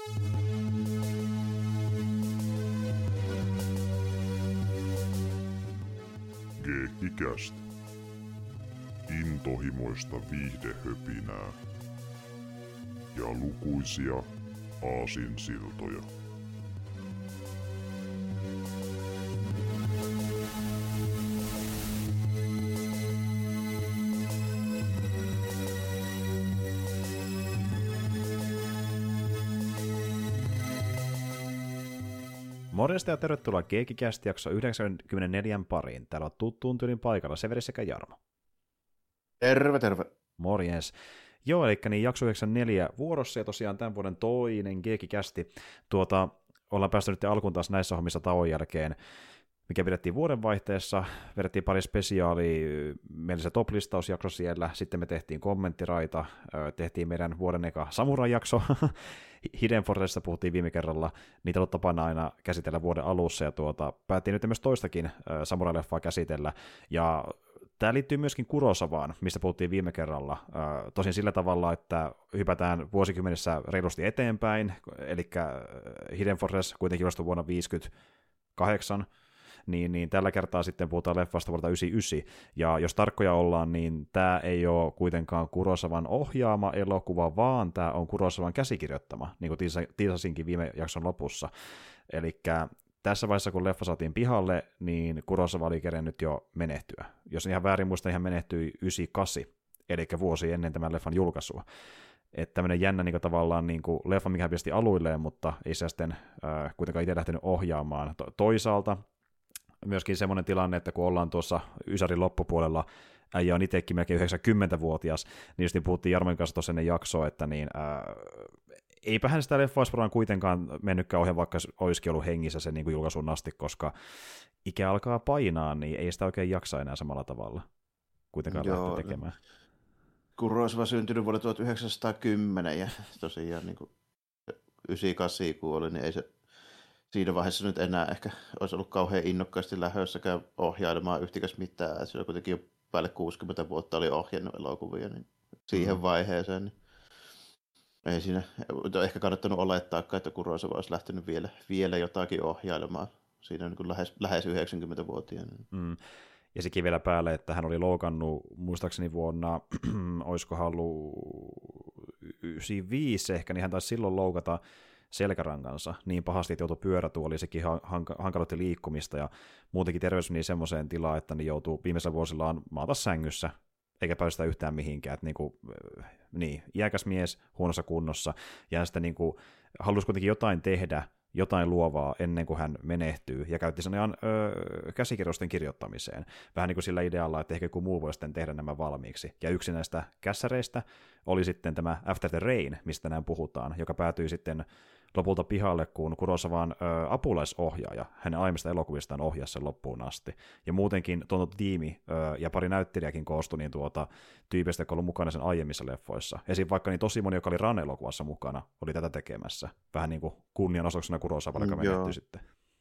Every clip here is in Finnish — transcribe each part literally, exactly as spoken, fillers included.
Geekkikäst. Intohimoista viihdehöpinää ja lukuisia aasinsiltoja. Morjesta ja tervetuloa Geekkikäst jakso yhdeksänkymmentäneljä pariin. Täällä on tuttuun tyylin paikalla Severi sekä Jarmo. Terve, terve. Morjens. Joo, eli niin jakso yhdeksänkymmentäneljä vuorossa ja tosiaan tämän vuoden toinen Geekkikästi. Tuota, ollaan päästy nyt alkuun taas näissä hommissa tauon jälkeen, mikä pidettiin vuodenvaihteessa. Vedettiin pari spesiaalia, meillä se top-listausjakso siellä, sitten me tehtiin kommenttiraita, tehtiin meidän vuoden eka samurai-jakso, Hidden Forestista puhuttiin viime kerralla, niitä on ollut tapana aina käsitellä vuoden alussa, ja tuota, päättiin nyt myös toistakin samurai-leffaa käsitellä, ja tämä liittyy myöskin Kurosawaan, mistä puhuttiin viime kerralla, tosin sillä tavalla, että hypätään vuosikymmenessä reilusti eteenpäin, eli Hidden Forest kuitenkin ilmestyi vuonna viisikymmentäkahdeksan, Niin, niin tällä kertaa sitten puhutaan leffasta vuodelta yhdeksänkymmentäyhdeksän, ja jos tarkkoja ollaan, niin tämä ei ole kuitenkaan Kurosawan ohjaama elokuva, vaan tämä on Kurosawan käsikirjoittama, niin kuin tiisasinkin viime jakson lopussa. Eli tässä vaiheessa, kun leffa saatiin pihalle, niin Kurosawa oli kerennyt jo menehtyä. Jos ihan väärin muista, ihan menehtyi yhdeksänkymmentäkahdeksan, eli vuosi ennen tämän leffan julkaisua. Että tämmöinen jännä niin kuin tavallaan niin kuin leffa, mikä hän pisti aluilleen, mutta ei se sitten äh, kuitenkaan itse lähtenyt ohjaamaan. To- toisaalta myöskin semmoinen tilanne, että kun ollaan tuossa Ysärin loppupuolella, äijä on itsekin melkein yhdeksänkymmentävuotias, niin just niin puhuttiin Jarmon kanssa tuossa ennen jaksoa, että niin, ää, eipä hän sitä leffaa olisi kuitenkaan mennytkään ohjaan, vaikka olisikin ollut hengissä sen niin kuin julkaisuun asti, koska ikä alkaa painaa, niin ei sitä oikein jaksa enää samalla tavalla kuitenkaan lähteä tekemään. Kurosawa syntynyt vuonna tuhatyhdeksänsataakymmenen ja tosiaan niin kuin yhdeksänkymmentäkahdeksan kuoli, niin ei se siinä vaiheessa nyt enää ehkä olisi ollut kauhean innokkaasti lähdössäkään ohjailemaan yhtikäs mitään. Se on kuitenkin jo päälle kuusikymmentä vuotta oli ohjannut elokuvia niin siihen mm. vaiheeseen. Niin ei siinä on ehkä kannattanut olettaa, että Kurosawa olisi lähtenyt vielä, vielä jotakin ohjailemaan. Siinä on niin lähes, lähes yhdeksänkymmentävuotiaana. Mm. Ja sekin vielä päälle, että hän oli loukannut muistaakseni vuonna, olisikohan ollut yhdeksänkymmentäviisi ehkä, niin hän taisi silloin loukata selkärangansa niin pahasti, että joutui pyörätuoliin, sekin hank- hankaloitti liikkumista ja muutenkin terveys meni semmoiseen tilaan, että niin joutuu viimeisellä vuosillaan maata sängyssä, eikä päästä yhtään mihinkään, että niinku, niin, iäkäs mies huonossa kunnossa, ja hän sitten niinku, halusi kuitenkin jotain tehdä, jotain luovaa ennen kuin hän menehtyy, ja käytti sen ihan öö, käsikirjoisten kirjoittamiseen, vähän niin kuin sillä idealla, että ehkä joku muu voi sitten tehdä nämä valmiiksi, ja yksi näistä kässäreistä oli sitten tämä After the Rain, mistä tänään puhutaan, joka päätyi sitten lopulta pihalle, kun Kurosawan ö, apulaisohjaaja hänen aiemmista elokuvistaan ohjasi sen loppuun asti. Ja muutenkin tuon tiimi ö, ja pari näyttelijäkin koostui niin tuota, tyypistä, jotka oli mukana sen aiemmissa leffoissa. Esim. Vaikka niin tosi moni, joka oli Ran-elokuvassa mukana, oli tätä tekemässä. Vähän niin kuin kunnianosoituksena Kurosawalle, joka menehtyi sitten.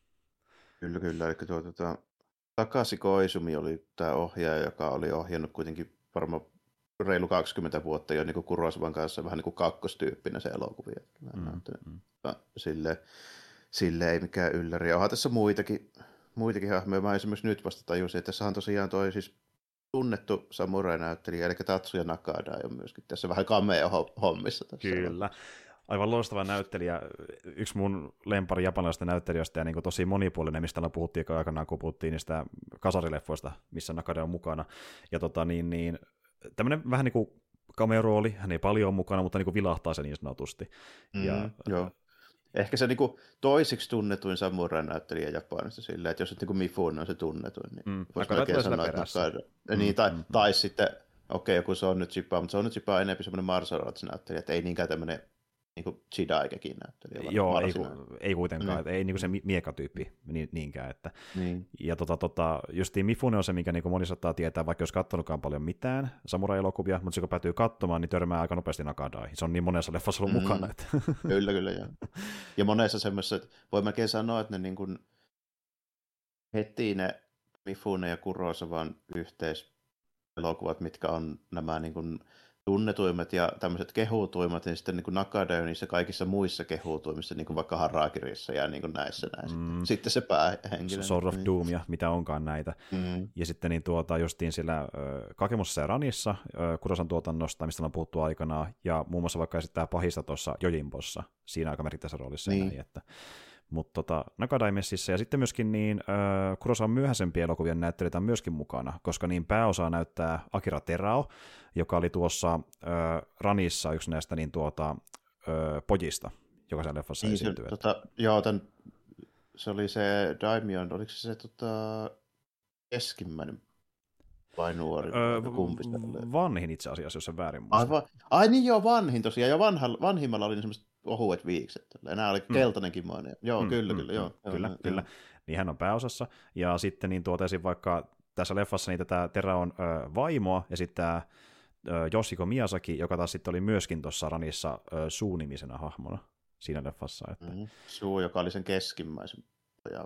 Kyllä, kyllä. Eli tuo, tuota, Takashi Koizumi oli tämä ohjaaja, joka oli ohjannut kuitenkin varmaan reilu kaksikymmentä vuotta jo niin Kurosawan kanssa vähän niin kuin kakkostyyppinä se elokuvia. Mm, mm. Sille, sille ei mikään ylläri. Onhan tässä muitakin, muitakin hahmoja. Mä esimerkiksi nyt vasta tajusin, että tässä on tosiaan toi siis tunnettu samurai-näyttelijä, eli Tatsuya Nakada on myöskin tässä vähän cameo-hommissa. Tässä Kyllä. Aivan loistava näyttelijä. Yksi mun lempari japanilaisista näyttelijöistä ja niin tosi monipuolinen, mistä me puhuttiin aikanaan, kun puhuttiin niistä kasarileffoista, missä Nakada on mukana. Ja tota niin, niin tämmöinen vähän niin kuin cameo-rooli, hän ei paljon ole mukana, mutta niin kuin vilahtaa se niin sanotusti. Mm, ja, joo. Ehkä se niin kuin toisiksi tunnetuin samurai-näyttelijä Japanissa silleen, että jos et niin kuin Mifune on se tunnetuin, niin mm, voisi oikein sanoa, että Nakada. Mm, niin, tai, mm, tai mm. sitten, okei, okay, joku se on nyt Chiba, mutta se on nyt Chiba enemmän semmoinen martial arts-näyttelijä, että ei niinkään tämmöinen niin kuin Jedi-kekin näyttelijä. Joo, ei, ku, ei kuitenkaan, mm. ei niin kuin se miekatyyppi niinkään. Että. Niin. Ja tota, tota, justiin Mifune on se, minkä niin moni saattaa tietää, vaikka jos katsonutkaan paljon mitään samurai-elokuvia, mutta se kun päätyy katsomaan, niin törmää aika nopeasti Nakadaan. Se on niin monessa leffassa ollut mm. mukana. Että. Kyllä, kyllä. Ja, ja monessa semmoisessa, että voi melkein sanoa, että ne niin kuin heti ne Mifune ja Kurosawan yhteiselokuvat, mitkä on nämä niin kuin tunnetuimmat ja tämmöiset kehutuimmat, niin sitten niin kuin Nakada ja niissä kaikissa muissa kehutuimissa, niin kuin vaikka Harakirissa ja niin kuin näissä näin. Mm. Sitten se päähenkilö. Sword of Doom ja mitä onkaan näitä. Mm. Ja sitten niin tuota, justiin sillä äh, Kakemossa ja Ranissa äh, Kurosan tuotannosta, mistä on puhuttu aikanaan, ja muun muassa vaikka esittää pahista tuossa Jojimbossa, siinä aika merkittävässä roolissa. Niin. Näin, että. Mutta tota, Nakadaimessissä ja sitten myöskin niin äh, Kurosan myöhäisempien elokuvien näyttelijöitä on myöskin mukana, koska niin pääosaa näyttää Akira Terao, joka oli tuossa äh, Ranissa yksi näistä niin tuota, äh, pojista, joka siellä leffassa niin, esiintyy. Se, tota, joo, tämän, se oli se Daimion, oliko se se tota, keskimmäinen vai nuori? Öö, kumpi se oli? Vanhin itse asiassa, jos se väärin muista. Ai, va- Ai niin joo, vanhin tosiaan, ja vanha, vanhimmalla oli ne semmoiset ohuet viikset. Enää oli keltainenkin mainen. Joo, mm, kyllä, mm, kyllä. mm, Joo, kyllä, joo, kyllä. Joo. Niin hän on pääosassa. Ja sitten niin tuotesin vaikka tässä leffassa niin tätä Teraon ö, vaimoa, ja sitten tämä Yoshiko Miyazaki, joka taas sitten oli myöskin tuossa Ranissa ö, Suu-nimisenä hahmona siinä leffassa. Että... Mm-hmm. Suu, joka oli sen keskimmäisen. Ja...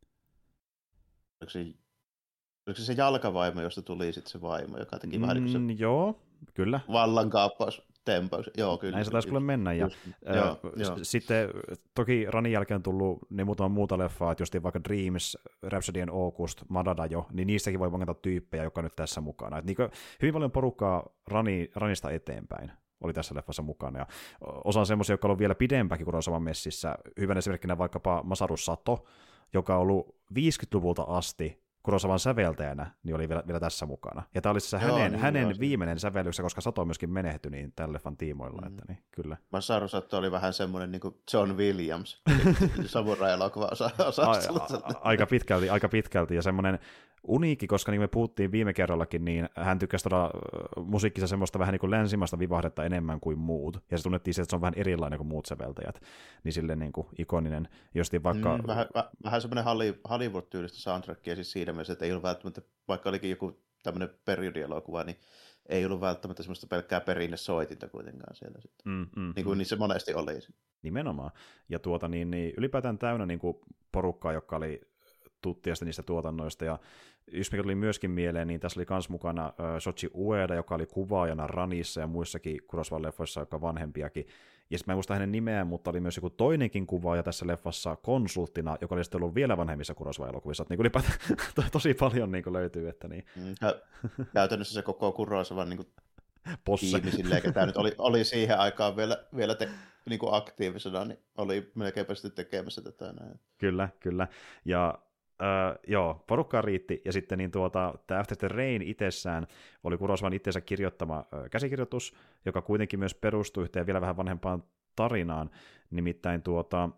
Oliko se... Oliko se se jalkavaimo, josta tuli sitten se vaimo, joka teki mm, vähän niin kuin se... Joo, kyllä. Vallankaappaus. Tempaus. Joo, kyllä. Näin se taisi kyllä mennä. Ja, ää, joo, joo. Sitten toki Ranin jälkeen on tullut ne muutama muuta leffaa, että justiin vaikka Dreams, Rhapsody in August, Madada jo, niin niistäkin voi vangata tyyppejä, jotka on nyt tässä mukana. Et niin hyvin paljon porukkaa Rani, Ranista eteenpäin oli tässä leffassa mukana. Ja osa on semmoisia, jotka on ollut vielä pidempäkin Kurosawan messissä. Hyvän esimerkkinä vaikkapa Masaru Sato, joka on ollut viisikymmentäluvulta asti Kurosawan säveltäjänä, niin oli vielä, vielä tässä mukana. Ja tämä oli se Joo, hänen, niin, hänen joo, viimeinen sävellyksensä, koska Sato myöskin menehtyi niin tämän leffan tiimoilla. Mm. Että niin, kyllä. Masaru Sato oli vähän semmoinen niin kuin John Williams, samurai-elokuva osa, osastolla. A, a, aika pitkälti, aika pitkälti, ja semmoinen uniikki, koska niin me puhuttiin viime kerrallakin, niin hän tykkäsi todella musiikkissa semmoista vähän niin kuin länsimaista vivahdetta enemmän kuin muut, ja se tunnettiin se, että se on vähän erilainen kuin muut säveltäjät, niin silleen niin kuin ikoninen, jostiin vaikka... Mm, vähän, vähän semmoinen Hollywood-tyylistä soundtrackia siis siinä mielessä, että ei ollut välttämättä, vaikka olikin joku tämmöinen periodielokuva, niin ei ollut välttämättä semmoista pelkkää perinnesoitinta kuitenkaan siellä sitten, mm, mm, niin kuin mm. niissä monesti oli. Nimenomaan, ja tuota niin, niin ylipäätään täynnä niin kuin porukkaa, joka oli tuttia niistä tuotannoista, ja yksi mikä tuli myöskin mieleen, niin tässä oli myös mukana uh, Shoichi Ueda, joka oli kuvaajana Ranissa ja muissakin Kurosawan leffoissa, joka vanhempiakin, ja sitten mä en muista hänen nimeään, mutta oli myös joku toinenkin kuvaaja tässä leffassa konsulttina, joka oli sitten ollut vielä vanhemmissa Kurosawan elokuvissa, että niin ylipäätään tosi paljon niin löytyy, että niin. Mm, käytännössä se koko Kurosawan niin Posse. tiimi silleen, ketä nyt oli, oli siihen aikaan vielä, vielä te, niin kuin aktiivisena, niin oli melkeinpä sitten tekemässä tätä näin. Kyllä, kyllä, ja Uh, joo, porukkaa riitti, ja sitten niin tuota, tämä After the Rain itsessään oli Kurosawan itsensä kirjoittama uh, käsikirjoitus, joka kuitenkin myös perustui yhteen vielä vähän vanhempaan tarinaan, nimittäin tuota,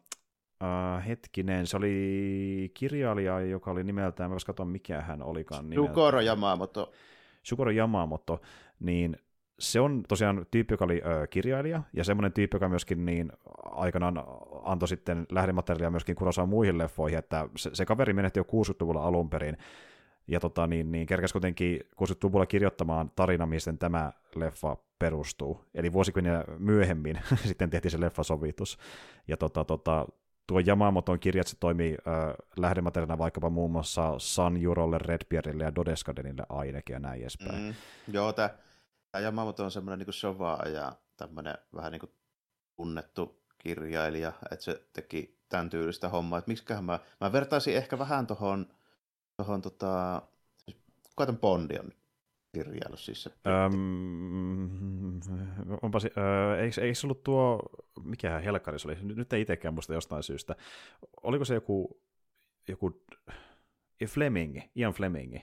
uh, hetkinen, se oli kirjailija, joka oli nimeltään, mä vois katsoa mikä hän olikaan nimeltään. Shugoro Yamamoto. Shugoro Yamamoto, niin se on tosiaan tyyppi, joka oli ö, kirjailija, ja semmoinen tyyppi, joka myöskin niin aikanaan antoi sitten lähdemateriaalia myöskin Kurosawan muihin leffoihin, että se, se kaveri menehtyi jo kuusikymmentäluvulla alun perin, ja tota, niin, niin kerkäsi kuitenkin kuusikymmentäluvulla kirjoittamaan tarina, mihin tämä leffa perustuu. Eli vuosikymmeniä myöhemmin sitten tehtiin se leffasovitus. Ja tota, tota, tuo Yamamoton kirjat se toimii ö, lähdemateriaalina vaikkapa muun muassa Sanjurolle, Redbeardille ja Dodeskadenille ainakin ja näin edespäin. Mm, joo, tämä Yamamoto on semmoinen niin sovaa ja tämmöinen vähän niin kuin tunnettu kirjailija, että se teki tämän tyylistä hommaa. Että miksiköhän mä, mä vertaisin ehkä vähän tuohon, tohon, tota, kuka tämän Bondi on kirjailu siis se? Öm, onpa se, ö, eikö, eikö se ollut tuo, mikähän helkkari se oli, nyt, nyt ei itsekään muista jostain syystä. Oliko se joku, joku Fleming, Ian Fleming?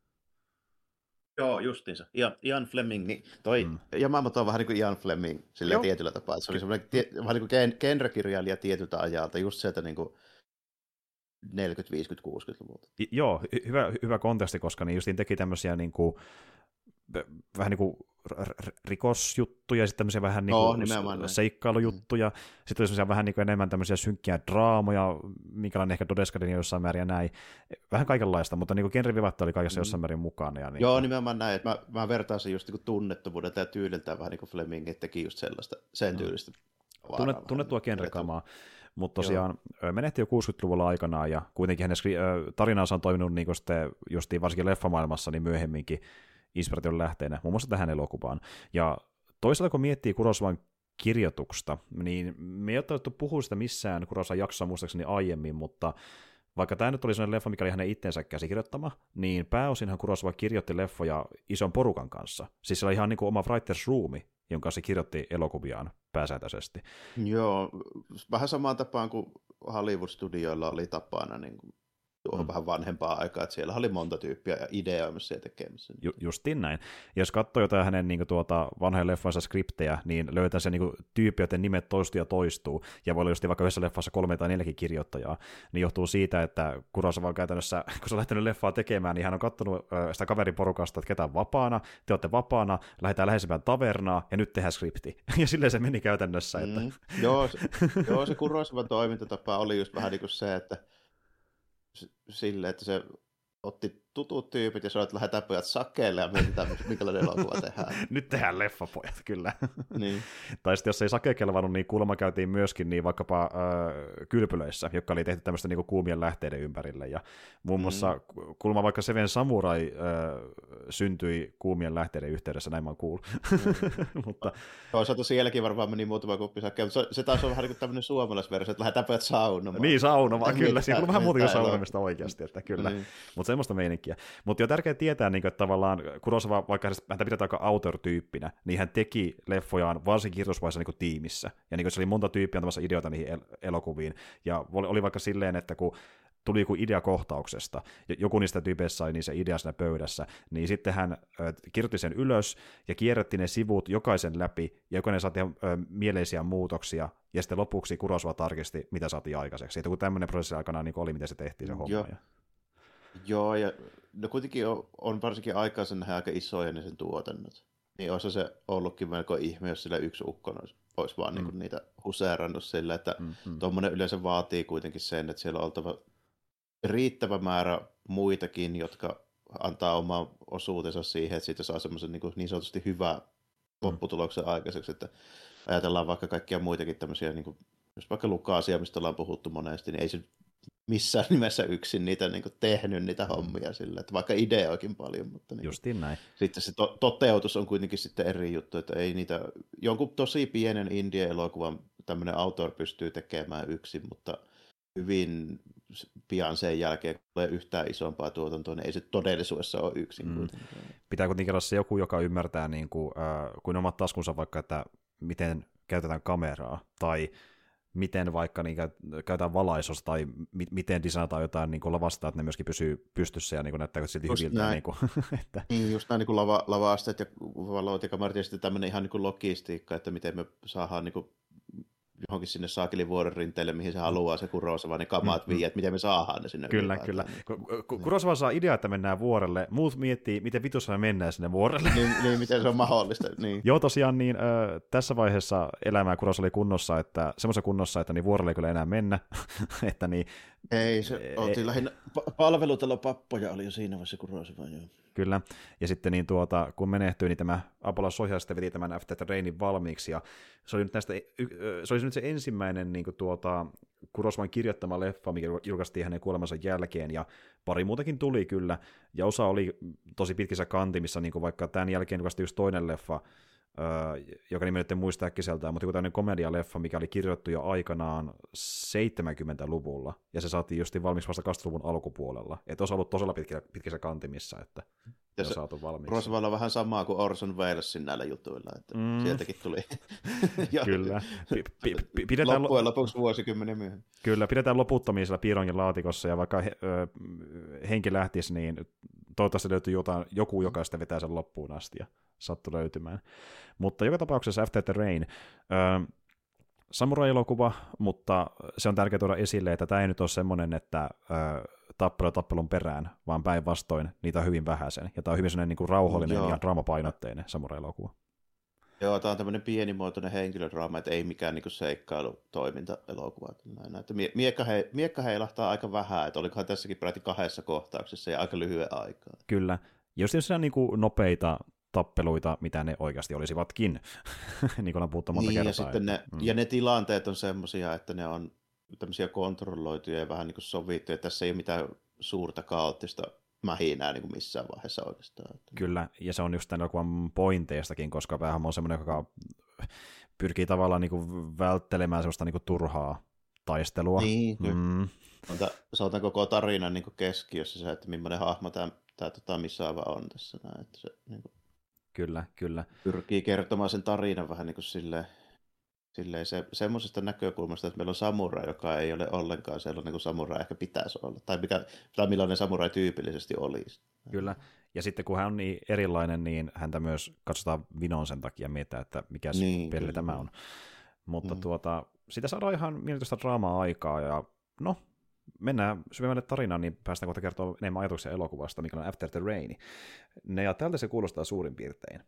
Joo, justiinsa. Ian, Ian Fleming, niin toi mm. Yamamoto on vähän niin kuin Ian Fleming silleen tietyllä tapaa. Että se oli semmoinen tie, vähän niin kuin genrekirjailija tietyltä ajalta, just sieltä niin kuin neljäkymmentä, viisikymmentä, kuusikymmentäluvulta. Joo, hy- hyvä, hyvä konteksti, koska niin justiin teki tämmöisiä niin kuin, vähän niin kuin rikosjuttuja, sitten tämmöisiä vähän niin kuin no, seikkailujuttuja, mm. sitten oli semmoisia vähän niin kuin enemmän tämmöisiä synkkiä draamoja, minkälainen ehkä Dodeskadin jossain määrin ja näin. Vähän kaikenlaista, mutta niin kuin genrevivatta oli kaikessa mm. jossain määrin mukana. Ja niin Joo, kuin... nimenomaan näin, että mä, mä vertaan sen just niin kuin tunnettuvuudelta ja tyyliltään vähän niin kuin Fleming, että teki just sellaista, sen tyylistä. Mm. Tunnet, tunnettua genrekamaa. Mutta tosiaan Joo. menehti jo kuusikymmentäluvulla aikanaan, ja kuitenkin hänen tarinansa on toiminut niin sitten justiin varsinkin leffamaailmassa niin myöhemminkin inspiraation lähteenä, muun muassa tähän elokuvaan. Ja toisaalta kun miettii Kurosawan kirjoituksesta, niin me ei ole tarvittu puhua sitä missään Kurosawan jaksossa muistaakseni aiemmin, mutta vaikka tämä nyt oli sellainen leffa, mikä oli hänen itsensä käsikirjoittama, niin pääosinhan Kurosawa kirjoitti leffoja ison porukan kanssa. Siis se oli ihan niin kuin oma writers roomi, jonka se kirjoitti elokuviaan pääsääntöisesti. Joo, vähän samaan tapaan kuin Hollywood-studioilla oli tapana niin kuin tuohon mm. vähän vanhempaa aikaa, että siellä oli monta tyyppiä ja ideoimassa ja tekemässä. Ju- justiin näin. Ja jos katsoo jotain hänen niin kuin, tuota, vanhojen leffansa skriptejä, niin löytää se niin kuin, tyyppi, joten nimet toistuu ja toistuu, ja voi olla just vaikka yhdessä leffassa kolme tai neljäkin kirjoittajaa, niin johtuu siitä, että Kurosawa on käytännössä, kun se on lähtenyt leffaa tekemään, niin hän on katsonut äh, sitä kaveriporukasta, että ketä on vapaana, te olette vapaana, lähdetään läheisempään tavernaa, ja nyt tehdään skripti. Ja silleen se meni käytännössä. Että... Mm. joo, se, joo, se Kurosawan toimintatapa oli just vähän niin kuin se, että silleen, että se otti tutut tyypit ja sanoi, että lähdetään pojat sakeelle ja mietitään, minkälainen elokuva tehdään. Nyt tehdään leffapojat, kyllä. Niin. Tai sitten jos ei sake kelvannut, niin kuulemma käytiin myöskin niin vaikkapa äh, kylpylöissä, jotka oli tehty tämmöistä niin kuumien lähteiden ympärille. Ja muun muassa mm. kuulemma vaikka Seven Samurai äh, syntyi kuumien lähteiden yhteydessä, näin mä oon kuullut. Mm. Mutta... Toisaalta sielläkin varmaan meni muutama kuppi sakea, mutta se, se taas on vähän niin kuin tämmöinen suomalaisversio, että lähdetään pojat saunomaan. Niin, saunomaan, kyllä. Siinä on vähän muuta kuin saunomista oikeasti, että kyllä. Niin. Mutta semmoista meininkiä. Mutta on tärkeää tietää, että tavallaan Kurosawa, vaikka häntä pidetään aika auteur-tyyppinä, niin hän teki leffojaan varsin kirjoitusvaiheessa niin tiimissä. Ja niin se oli monta tyyppiä antamassa ideoita niihin el- elokuviin. Ja oli vaikka silleen, että kun tuli joku idea kohtauksesta, joku niistä tyypeistä sai niin se idea siinä pöydässä, niin sitten hän ö, kirjoitti sen ylös ja kierrätti ne sivut jokaisen läpi, ja jokainen saa tehdä ö, mieleisiä muutoksia, ja sitten lopuksi Kurosawa tarkisti, mitä saatiin aikaiseksi. Että kun tämmöinen prosessi aikanaan niin oli, miten se tehtiin se homma. Joo. Joo, ja no kuitenkin on, on varsinkin aikaisen nähdä aika isoja ne sen tuotannot. Niin olisi se ollutkin melko ihme, jos sillä yksi ukko olisi, olisi vaan mm. niin niitä huseerannut sillä, että mm-hmm. tuommoinen yleensä vaatii kuitenkin sen, että siellä on oltava riittävä määrä muitakin, jotka antaa oman osuutensa siihen, että siitä saa semmoisen niin, niin sanotusti hyvää lopputuloksen mm. aikaiseksi, että ajatellaan vaikka kaikkia muitakin tämmöisiä, niin kuin, jos vaikka Lucasia, mistä ollaan puhuttu monesti, niin ei se missään nimessä yksin niitä niin kuin tehnyt niitä hommia sillä, että vaikka ideoikin paljon, mutta niin justiin näin. Sitten se to- toteutus on kuitenkin sitten eri juttu, että ei niitä, jonkun tosi pienen indie-elokuvan tämmöinen autor pystyy tekemään yksin, mutta hyvin pian sen jälkeen, kun tulee yhtään isompaa tuotantoa, niin ei se todellisuudessa ole yksin. Mm. Pitää kuitenkin olla se joku, joka ymmärtää niin kuin, äh, kuin omat taskunsa vaikka, että miten käytetään kameraa, tai miten vaikka niin käytetään valaisosta tai mi- miten designataan jotain niin lavasta, että ne myöskin pysyy pystyssä ja niin näyttää silti just hyviltä. Niin, kuin, että... niin, just nämä niin lava- lava-asteet ja valot ja kamerat ja sitten tämmöinen ihan niin logistiikka, että miten me saadaan niin johonkin sinne saakelin vuoren rinteelle, mihin se haluaa se Kurosawa, ne kamat mm-hmm. viiä, että miten me saadaan ne sinne. Kyllä, kyllä. Kurosawa saa idea, että mennään vuorelle, muut miettii, miten vitussa me mennään sinne vuorelle. niin, niin, miten se on mahdollista. Niin. Joo, tosiaan niin, äh, tässä vaiheessa elämää Kurosawa oli kunnossa, että semmoisessa kunnossa, että niin vuorelle ei kyllä enää mennä. että niin, ei, se oltiin lähinnä palvelutalo pappoja oli jo siinä vaiheessa Kurosawa, joo. Kyllä, ja sitten niin tuota, kun menehtyi, niin tämä Apollo Soja sitten veti tämän After the Rainin valmiiksi, ja se oli nyt, näistä, se, oli nyt se ensimmäinen niin kuin tuota, Kurosawan kirjoittama leffa, mikä julkaistiin hänen kuolemansa jälkeen, ja pari muutakin tuli kyllä, ja osa oli tosi pitkissä kantimissa, niin kuin vaikka tämän jälkeen julkaistiin yksi toinen leffa, joka nimi nyt en muista äkkiseltään, mutta joku tämmöinen komedialeffa, mikä oli kirjoittu jo aikanaan seitsemänkymmentäluvulla, ja se saatiin justiin valmiiksi vasta kaksituhattaluvun alkupuolella. Että olisi ollut todella pitkissä, pitkissä kantimissa, että ja se on saatu valmiiksi. Kurosawa on vähän samaa kuin Orson Wellesin näillä jutuilla, että mm. sieltäkin tuli. Kyllä. P- p- pidetään Loppujen lopuksi vuosikymmeniä myöhemmin. Kyllä, pidetään loputtomia siellä piirongin laatikossa, ja vaikka he, ö, henki lähtisi, niin toivottavasti löytyy jotain, joku, joka sitä vetää sen loppuun asti, ja sattu löytymään. Mutta joka tapauksessa After the Rain, ö, samurai-elokuva, mutta se on tärkeää tuoda esille, että tämä ei nyt ole semmoinen, että ö, tappelu tappelun perään, vaan päinvastoin niitä on hyvin vähäisen. Ja tämä on hyvin sellainen niin kuin rauhallinen Joo. ja draamapainotteinen samurai-elokuva. Joo, tämä on tämmöinen pienimuotoinen henkilödraama, että ei mikään niin kuin seikkailu-toiminta-elokuva. Että miekka, he, miekka heilahtaa aika vähän, että olikohan tässäkin peräti kahdessa kohtauksessa ja aika lyhyen aikaa. Kyllä. Jos on niin kuin nopeita tappeluita, mitä ne oikeasti olisivatkin, niin kuin ollaan puhuttu monta niin, kertaa. Ja, sitten ne, mm. ja ne tilanteet on semmoisia, että ne on tämmöisiä kontrolloituja ja vähän niin kuin sovittuja. Tässä ei ole mitään suurta kaoottista mähinää niin kuin missään vaiheessa oikeastaan. Kyllä, ja se on just tämän elokuvan pointeistakin, koska päähän on semmoinen, joka pyrkii tavallaan niin kuin välttelemään semmoista niin kuin turhaa taistelua. Niin, mm. se on tämän koko tarinan niin kuin keskiössä se, että millainen hahmo tämä, tämä tota, Misawa on tässä. Näin, että se, niin kuin, kyllä, kyllä. Pyrkii kertomaan sen tarinan vähän niin kuin silleen, silleen se, semmoisesta näkökulmasta, että meillä on samurai, joka ei ole ollenkaan sellainen kuin samurai ehkä pitäisi olla, tai, mikä, tai millainen samurai tyypillisesti olisi. Kyllä, ja sitten kun hän on niin erilainen, niin häntä myös katsotaan vinoon sen takia miettiä, että mikä niin, peli tämä on. Mutta mm. tuota, sitä saadaan ihan mielenkiintoista draamaa aikaa, ja no, mennään syvemmälle tarinaan, niin päästään kohta kertoa enemmän ajatuksia elokuvasta, mikä on After the Rain. Ne, ja tältä se kuulostaa suurin piirtein.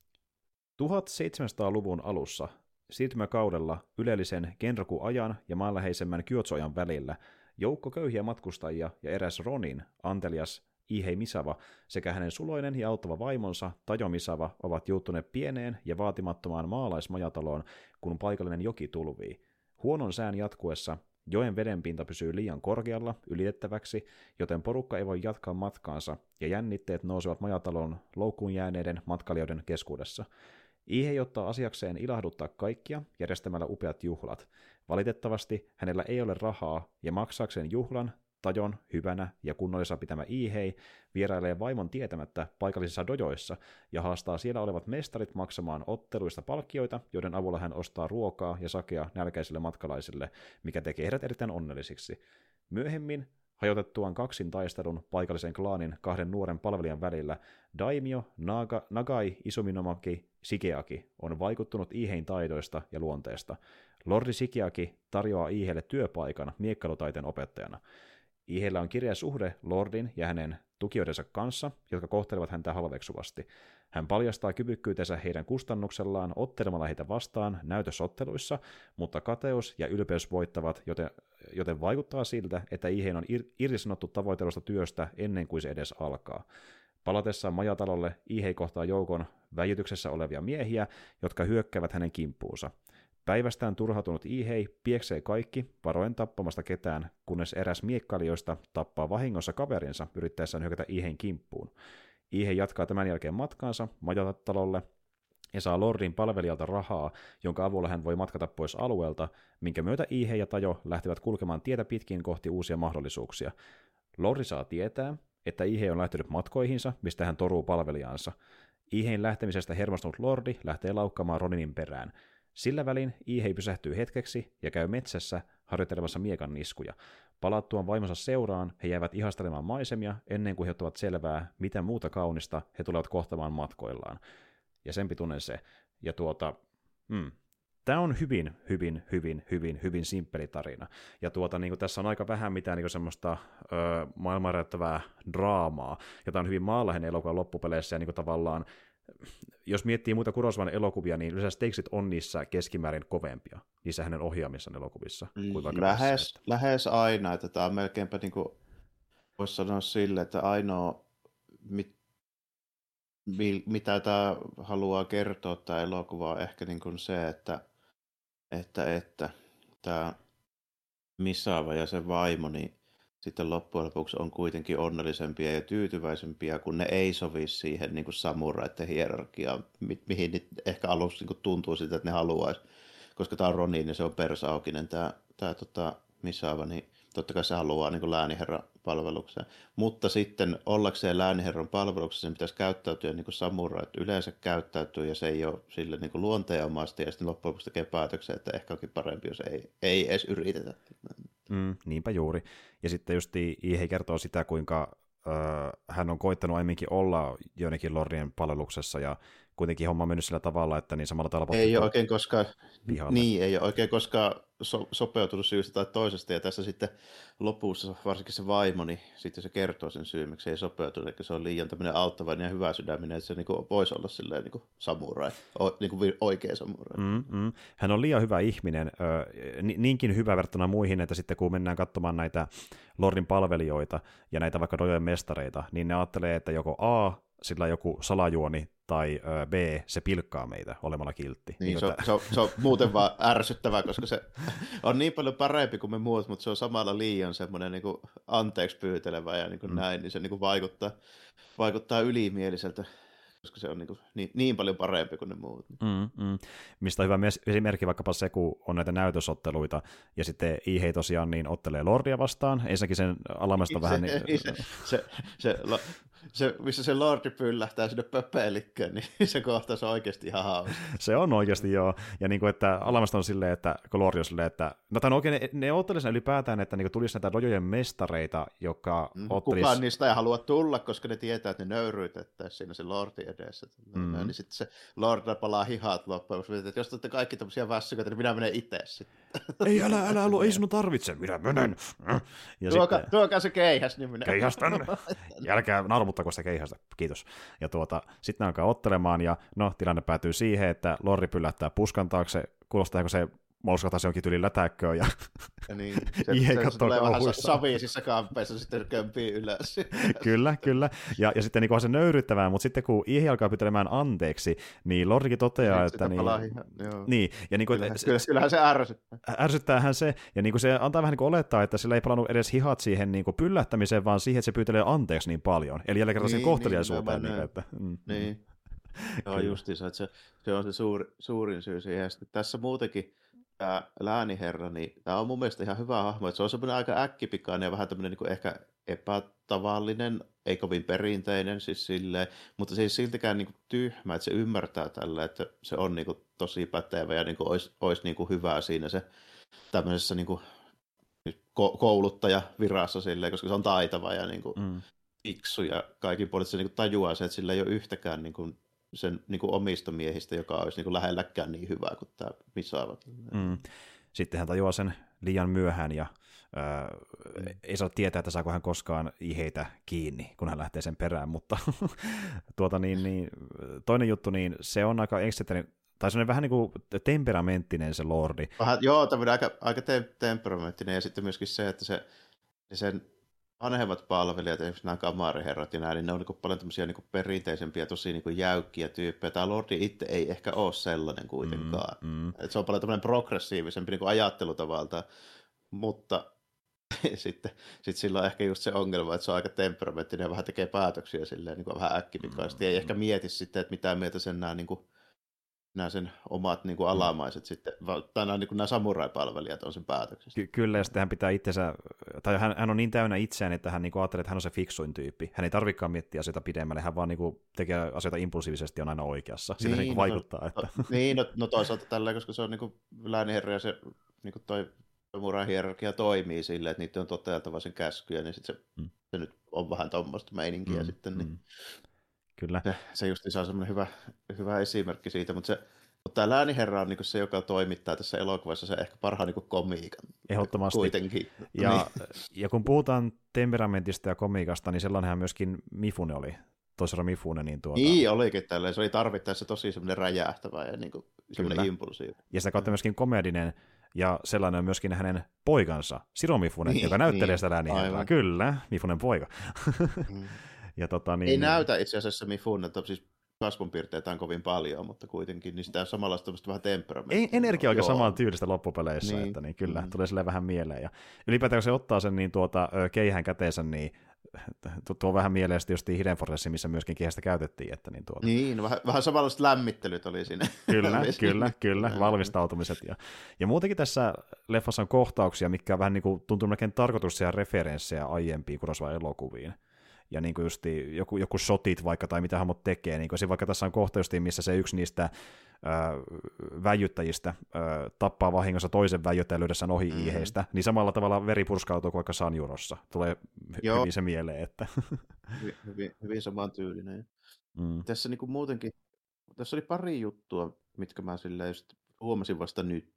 tuhatseitsemänsataaluvun alussa siirtymäkaudella ylellisen Genroku-ajan ja maanläheisemmän Kyotso-ajan välillä joukko köyhiä matkustajia ja eräs Ronin, antelias Ihei Misawa sekä hänen suloinen ja auttava vaimonsa Tajo Misawa ovat juuttuneet pieneen ja vaatimattomaan maalaismajataloon, kun paikallinen joki tulvii. Huonon sään jatkuessa joen vedenpinta pysyy liian korkealla ylitettäväksi, joten porukka ei voi jatkaa matkaansa ja jännitteet nousevat majatalon loukkuun jääneiden matkailijoiden keskuudessa. Ihei ottaa asiakseen ilahduttaa kaikkia järjestämällä upeat juhlat. Valitettavasti hänellä ei ole rahaa ja maksaakseen juhlan Tajon hyvänä ja kunnollisena pitämä Ihei vierailee vaimon tietämättä paikallisissa dojoissa ja haastaa siellä olevat mestarit maksamaan otteluista palkkioita, joiden avulla hän ostaa ruokaa ja sakea nälkäisille matkalaisille, mikä tekee heidät erittäin onnellisiksi. Myöhemmin, hajotettuaan kaksin taistelun paikallisen klaanin kahden nuoren palvelijan välillä, Daimyo Naga, Nagai Isuminomaki Shigeaki on vaikuttunut Ihein taidoista ja luonteesta. Lordi Shigeaki tarjoaa Iheille työpaikan miekkailutaiteen opettajana. Iheillä on kireä suhde Lordin ja hänen tukijoidensa kanssa, jotka kohtelevat häntä halveksuvasti. Hän paljastaa kyvykkyytensä heidän kustannuksellaan ottelemalla heitä vastaan näytösotteluissa, mutta kateus ja ylpeys voittavat, joten, joten vaikuttaa siltä, että Ihein on ir- irtisanottu tavoitelusta työstä ennen kuin se edes alkaa. Palatessaan majatalolle Ihei kohtaa joukon väijytyksessä olevia miehiä, jotka hyökkäävät hänen kimppuunsa. Päivästään turhautunut Ihei pieksee kaikki, varoen tappamasta ketään, kunnes eräs miekkailijoista tappaa vahingossa kaverinsa yrittäessään hyökätä Ihein kimppuun. Ihei jatkaa tämän jälkeen matkaansa majatalolle ja saa Lordin palvelijalta rahaa, jonka avulla hän voi matkata pois alueelta, minkä myötä Ihei ja Tajo lähtevät kulkemaan tietä pitkin kohti uusia mahdollisuuksia. Lordi saa tietää, että Ihei on lähtenyt matkoihinsa, mistä hän toruu palvelijaansa. Ihein lähtemisestä hermostunut Lordi lähtee laukkaamaan Roninin perään. Sillä välin Ihei pysähtyy hetkeksi ja käy metsässä harjoittelemassa miekan niskuja. Palattuaan vaimonsa seuraan he jäävät ihastelemaan maisemia ennen kuin he ottavat selvää, mitä muuta kaunista he tulevat kohtamaan matkoillaan. Ja sen pituinen se. Ja tuota, mm, tämä on hyvin, hyvin, hyvin, hyvin, hyvin simppeli tarina. Ja tuota, niin tässä on aika vähän mitään niin semmoista ö, maailmanräyttävää draamaa, jota on hyvin maanläheinen elokuvan loppupeleissä ja niin tavallaan jos miettii muita Kurosawan elokuvia, niin yleensä tekstit on niissä keskimäärin kovempia, niissä hänen ohjaamissaan elokuvissa. Kuin lähes, lähes aina, että tämä on melkeinpä, niin kuin, voisi sanoa sille, että ainoa, mit, mi, mitä tämä haluaa kertoa, tämä elokuva on ehkä niin kuin se, että, että, että tämä Misawa ja sen vaimo, niin sitten loppujen lopuksi on kuitenkin onnellisempia ja tyytyväisempiä, kun ne ei sovi siihen niin kuin samuraiden hierarkiaan, mi- mihin nyt ehkä aluksi niin kuin tuntuu siltä, että ne haluaisi. Koska tämä on Ronin ja se on persaukinen, tämä, tämä tota, Misawa, niin totta kai se haluaa niin kuin lääniherran palvelukseen. Mutta sitten ollakseen lääniherran palveluksessa sen pitäisi käyttäytyä niin kuin samurait yleensä käyttäytyy, ja se ei ole sille niin kuin luonteenomaista, ja sitten loppujen lopuksi tekee päätöksen, että ehkä onkin parempi, jos ei, ei edes yritetä. Mm, niinpä juuri. Ja sitten just Ihei kertoo sitä, kuinka ö, hän on koittanut aiemminkin olla joidenkin lordien palveluksessa, ja kuitenkin homma on mennyt sillä tavalla, että niin samalla tavalla... Ei ole oikein koskaan, niin, ei ole oikein koskaan so, sopeutunut syystä tai toisesta, ja tässä sitten lopussa, varsinkin se vaimo, niin sitten se kertoo sen syyn, miksi ei sopeutunut, eli se on liian tämmöinen auttavainen ja hyvä sydäminen, että se niin kuin, voisi olla silleen niin kuin samurai, o, niin kuin oikea samurai. Mm, mm. Hän on liian hyvä ihminen, ö, niinkin hyvä verrattuna muihin, että sitten kun mennään katsomaan näitä lordin palvelijoita ja näitä vaikka dojojen mestareita, niin ne ajattelee, että joko A, sillä on joku salajuoni tai ö, B, se pilkkaa meitä olemalla kiltti. Niin, niin se, on, että... se, on, se on muuten vaan ärsyttävää, koska se on niin paljon parempi kuin me muut, mutta se on samalla liian semmoinen niin kuin anteeksi pyytelevä ja niin kuin mm. näin, niin se niin kuin vaikuttaa, vaikuttaa ylimieliseltä, koska se on niin, kuin, niin, niin paljon parempi kuin ne muut. Mm, mm. Mistä on hyvä esimerkki vaikkapa se, kun on näitä näytösotteluita, ja sitten I H tosiaan niin ottelee Lordia vastaan. Ensinnäkin sen alamasta vähän... Se, niin... se, se, se, se, missä se Lordi pyllähtää sinne pöpelikköön, niin se kohtaus on oikeasti ihan hauska. Se on oikeasti joo, ja niin kuin, että alamasta on silleen, että kun Lordi on silleen, että no tämän oikein ne, ne ottelisi ylipäätään, että niin tulisi näitä dojojen mestareita, jotka mm, ottelis... Kukaan niistä ei halua tulla, koska ne tietää, että ne nöyryytettäisiin siinä se Lordi edessä. Mm. Niin sitten se Lord palaa hihat loppuun, että jos olette kaikki tämmöisiä vässyköitä, niin minä menen itse sitten. Ei, älä, älä, älä, ei sinun tarvitse, minä menen. Ja tuokaa, sitten... tuokaa se keihäs, niin minä. Keihäs tänne. Jälkää narmuttako sitä keihästä, kiitos. Ja tuota, sitten ne alkaa ottelemaan, ja no, tilanne päätyy siihen, että Lordi pyllähtää puskan taakse, kuulostaako se molskahtaisi jonkin tyylin lätäkköön, ja, ja niin, se, I se, se tulee vähän saviisissa kampeissa, sitten kömpii ylös. Kyllä, kyllä. Ja, ja sitten niin se nöyryttävää, mutta sitten kun I H alkaa pyytelemään anteeksi, niin Lordikin toteaa, niin, että... Niin, ihan, niin, ja niin kuin, kyllähän, että, kyllähän se ärsyttää. Ärsyttäähän se, ja niin kuin se antaa vähän niin kuin olettaa, että sillä ei palannut edes hihat siihen niin kuin pyllättämiseen, vaan siihen, että se pyytelee anteeksi niin paljon. Eli jälleen kerran niin, kohteliaisuuteen. Niin, niin, että, mm, niin. Joo, justiinsa, että se, se on se suuri, suurin syy siihen. Ja tässä muutenkin tämä lääniherra, niin tämä on mun mielestä ihan hyvä hahmo, että se on semmoinen aika äkkipikainen ja vähän tämmöinen niin kuin ehkä epätavallinen, ei kovin perinteinen siis silleen, mutta se ei siltikään niin kuin tyhmä, että se ymmärtää tällä, että se on niin kuin tosi pätevä ja niin kuin olisi, olisi niin kuin hyvää siinä se tämmöisessä niin kuin kouluttaja virassa silleen, koska se on taitava ja niin kuin mm. fiksu ja kaikin puolin se niin kuin tajuaa se, että sillä ei ole yhtäkään niin kuin sen niin kuin omista miehistä, joka olisi niin kuin lähelläkään niin hyvää kuin tämä Misaavat. Mm. Sitten hän tajuaa sen liian myöhään ja ää, mm. ei saa tietää, että saako hän koskaan iheitä kiinni, kun hän lähtee sen perään, mutta tuota, niin, niin, toinen juttu, niin se on aika eksentrinen, tai se on vähän niin kuin temperamenttinen se Lordi. Vähän, joo, tämmöinen aika, aika te- temperamenttinen ja sitten myöskin se, että se, sen vanhemmat palvelijat, esimerkiksi nämä kamariherrat ja nämä, niin ne on niin paljon tämmöisiä niin perinteisempiä, tosi niin jäykkiä tyyppejä. Tämä Lordi itse ei ehkä ole sellainen kuitenkaan. Mm, mm. Et se on paljon tämmöinen progressiivisempi niin ajattelutavalta, mutta sitten sit sillä on ehkä just se ongelma, että se on aika temperamenttinen ja vähän tekee päätöksiä silleen, niin vähän äkkipikaisesti. Mm, ei mm. ehkä mieti sitten, että mitä mieltä sen nämä... Niin kuin, nämä sen omat niin kuin alamaiset mm. sitten, tai nämä, niin kuin nämä samurai-palvelijat on sen päätöksessä. Ky- kyllä, ja sitten hän pitää itsensä, tai hän, hän on niin täynnä itseään, että hän niin kuin ajattelee, että hän on se fiksuin tyyppi. Hän ei tarvitsekaan miettiä asioita pidemmälle, hän vaan niin kuin tekee asioita impulsiivisesti ja on aina oikeassa. Siitä niin, se niin kuin vaikuttaa. No, että... no, niin, no, no toisaalta tällä, koska se on niin kuin lääniherra ja se niin kuin toi samurai-hierarkia toimii silleen, että niitä on toteeltava sen käskyjä, niin sitten se, mm. se nyt on vähän tuommoista meininkiä mm, sitten, niin... Mm. Kyllä. Se, se just on semmoinen hyvä, hyvä esimerkki siitä, mutta, se, mutta tämä lääniherra on niin se, joka toimittaa tässä elokuvassa se ehkä parhaan niin komiikan. Ehdottomasti. Kuitenkin. Ja, niin. ja kun puhutaan temperamentista ja komiikasta, niin sellainenhan myöskin Mifune oli. Toisaalta Mifune. Niin, tuota... niin olikin tälleen. Se oli tarvittaessa tosi semmoinen räjähtävä ja niin kuin, semmoinen impulsiivinen. Ja sitä kautta myöskin komedinen. Ja sellainen on myöskin hänen poikansa, Shiro Mifune, niin, joka näyttelee niin, sitä lääniherraa. Kyllä, Mifunen poika. Mm. Ja tota, niin, ei näytä itse asiassa Mifunelta, siis kasvonpiirteitään kovin paljon, mutta kuitenkin niin sitä on samanlaista vähän temperamenttia. Energia on aika saman tyylistä loppupeleissä, niin. että niin kyllä, mm. tulee silleen vähän mieleen. Ja ylipäätään kun se ottaa sen niin tuota, keihään käteensä, niin tuo vähän mieleen just Hidden Forest, missä myöskin keihästä käytettiin. Että niin, tuota... niin vähän, vähän samanlaiset lämmittelyt oli siinä. Kyllä, kyllä, kyllä, valmistautumiset. Ja, ja muutenkin tässä leffassa on kohtauksia, mitkä on vähän niin kuin, tuntuu melkein tarkoituksena referenssejä aiempiin Kurosawa-elokuviin. Ja niin kuin justi, joku, joku shotit vaikka, tai mitä hahmot tekee, niin kuin vaikka tässä on kohta justiin, missä se yksi niistä ää, väijyttäjistä ää, tappaa vahingossa toisen väijyttäjän löydessään ohi mm-hmm. iiheistä, niin samalla tavalla veri purskautuu kuin vaikka Sanjurossa. Tulee Joo. hyvin se mieleen. Että... hyvin, hyvin, hyvin samantyylinen. Mm. Tässä niin kuin muutenkin, tässä oli pari juttua, mitkä mä silleen just huomasin vasta nyt.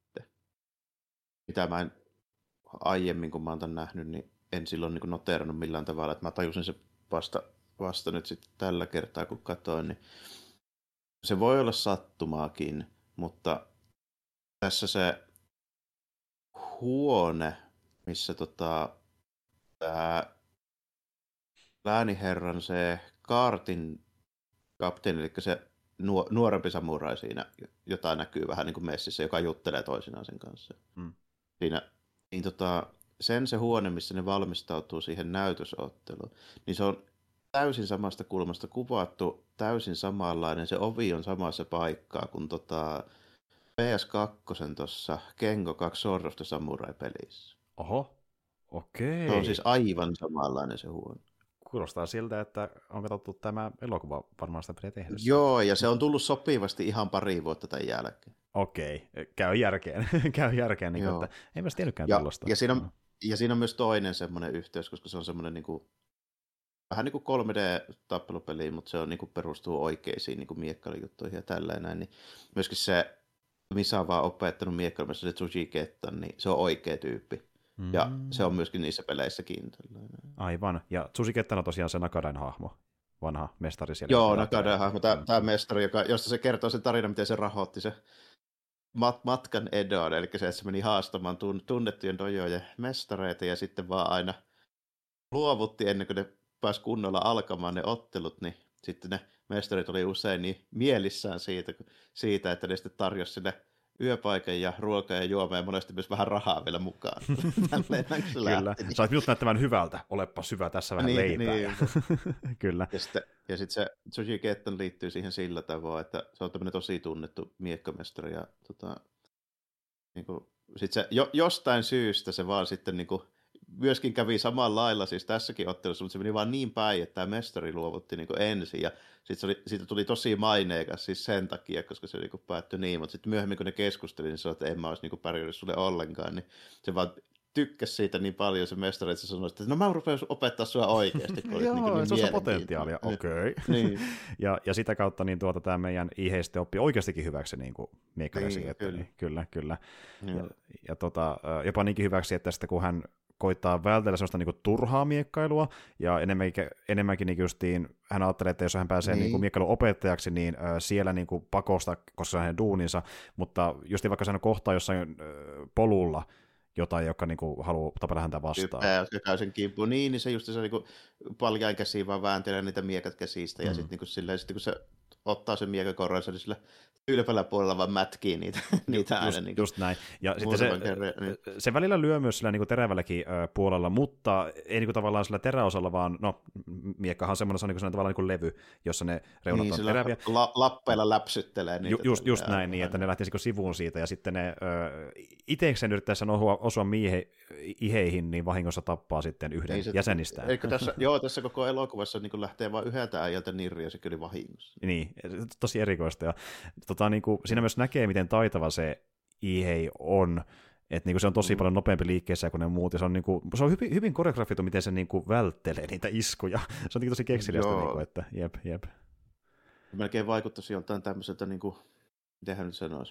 Mitä mä en aiemmin, kun mä oon tämän nähnyt, niin en silloin niin kuin noteerannut millään tavalla, että mä tajusin se vasta, vasta nyt sitten tällä kertaa, kun katsoin, niin se voi olla sattumaakin, mutta tässä se huone, missä tota, tämä lääniherran se kaartin kapteeni, eli se nuo, nuorempi samurai siinä, jota näkyy vähän niin kuin messissä, joka juttelee toisinaan sen kanssa. Mm. Siinä, niin tota, sen se huone, missä ne valmistautuu siihen näytösotteluun, niin se on täysin samasta kulmasta kuvattu, täysin samanlainen. Se ovi on samassa paikkaa kuin tota P S kaksi tuossa Kengo kaksi Sword of the Samurai-pelissä. Oho, okei. Se on siis aivan samanlainen se huone. Kuulostaa siltä, että on katsottu tämä elokuva varmaan sitä peliä tehdä. Joo, ja se on tullut sopivasti ihan pari vuotta tämän jälkeen. Okei, käy järkeen. käy järkeen, niin kuin, että ei mä tiennytkään ja, tällaista. Ja siinä, on, ja siinä on myös toinen semmoinen yhteys, koska se on semmoinen niin kuin, vähän niin kuin kolme D-tappelupeli, mutta se on, niin kuin, perustuu oikeisiin niin kuin miekkailujuttuihin ja tälleen näin. Niin myöskin se, missä on vaan opettanut miekkailemassa se Tsuji Kettan, niin se on oikea tyyppi. Mm. Ja se on myöskin niissä peleissäkin. Aivan. Ja Tsuji Kettan on tosiaan se Nakadan hahmo, vanha mestari siellä. Joo, Nakadan hahmo. Tämä, tämä mestari, joka, josta se kertoo sen tarina, miten se rahoitti se mat- matkan Edoon. Eli se, että se meni haastamaan tunnettujen dojojen mestareita ja sitten vaan aina luovutti ennen kuin ne pääsi kunnolla alkamaan ne ottelut, niin sitten ne mestarit oli usein niin mielissään siitä, siitä että ne sitten tarjosi sille yöpaikan ja ruokaa ja juomaa ja monesti myös vähän rahaa vielä mukaan. Kyllä, sait minut näyttämään hyvältä, olepa syvä tässä vähän niin, leipää. Niin. Kyllä. Ja sitten, ja sitten se Tsuji Kettan liittyy siihen sillä tavoin, että se on tämmöinen tosi tunnettu miekkamestari ja tota, niin kuin, sit se, jo, jostain syystä se vaan sitten niin kuin, myöskin kävi samalla lailla, siis tässäkin ottelussa, mutta se meni vaan niin päin, että tämä mestari luovutti niin kuin ensin, ja sitten siitä tuli tosi maineikas siis sen takia, koska se niin kuin päättyi niin, mutta sitten myöhemmin kun ne keskusteli, niin sanoi, että en mä olisi niin pärjännyt sulle ollenkaan, niin se vaan tykkäsi siitä niin paljon se mestari, että se sanoi, että no mä rupean opettaa sua oikeasti. Joo, niin niin se on se potentiaalia, okei. Okay. Niin. ja, ja sitä kautta niin tuota, tämä meidän I H sitten oppii oikeastikin hyväksi niin kuin miekkailisi, niin, kyllä. Niin, kyllä, kyllä. Ja, ja tota, jopa niinkin hyväksi, että sitten kun hän koittaa vältellä sellaista niinku turhaa miekkailua, ja enemmänkin, enemmänkin niinku justiin, hän ajattelee, että jos hän pääsee niin. niinku miekkailun opettajaksi, niin äh, siellä niinku pakosta, koska se on hänen duuninsa, mutta justiin vaikka hän kohtaa jossain äh, polulla jotain, joka niinku haluaa tapella häntä vastaan. Kyllä, käy sen kimppuun. Niin, niin se just se niinku paljain käsiin vaan vääntelee niitä miekat käsistä, mm. ja sitten niinku silleen, sit, kun se ottaa sen miekan korransa, niin sillä ylpällä puolella vaan mätkii niitä, niitä just, aina. Niin just näin. Ja sitten se, kerran, niin. se välillä lyö myös sillä niin kuin terävälläkin ö, puolella, mutta ei niin kuin tavallaan sillä teräosalla, vaan no, miekkahan on semmoinen, se on niin kuin tavallaan niin kuin levy, jossa ne reunat niin, on teräviä. La, lappeilla läpsyttelee niitä. Ju, just, just näin, niin, että ne lähtee sivuun siitä, ja sitten ne ö, itsekseen yrittäessään osua, osua miihe, iheihin, niin vahingossa tappaa sitten yhden niin se, jäsenistään. Eikö tässä, joo, tässä koko elokuvassa niin lähtee vain yhdeltä äijältä nirri, ja se kyllä vahingossa. Niin, tosi erikoista. Ja, tota, niin kuin, siinä myös näkee, miten taitava se Ihei on. Että niin se on tosi mm. paljon nopeampi liikkeessä kuin ne muut. Ja se on, niin kuin, se on hyvin, hyvin koreografioitu, miten se niin kuin välttelee niitä iskuja. Se on niin tosi kekseliästä. Niin kuin, että jep, jep. Melkein vaikuttaisi joltain tämmöiseltä, niin kuin, miten hän nyt sanoisi,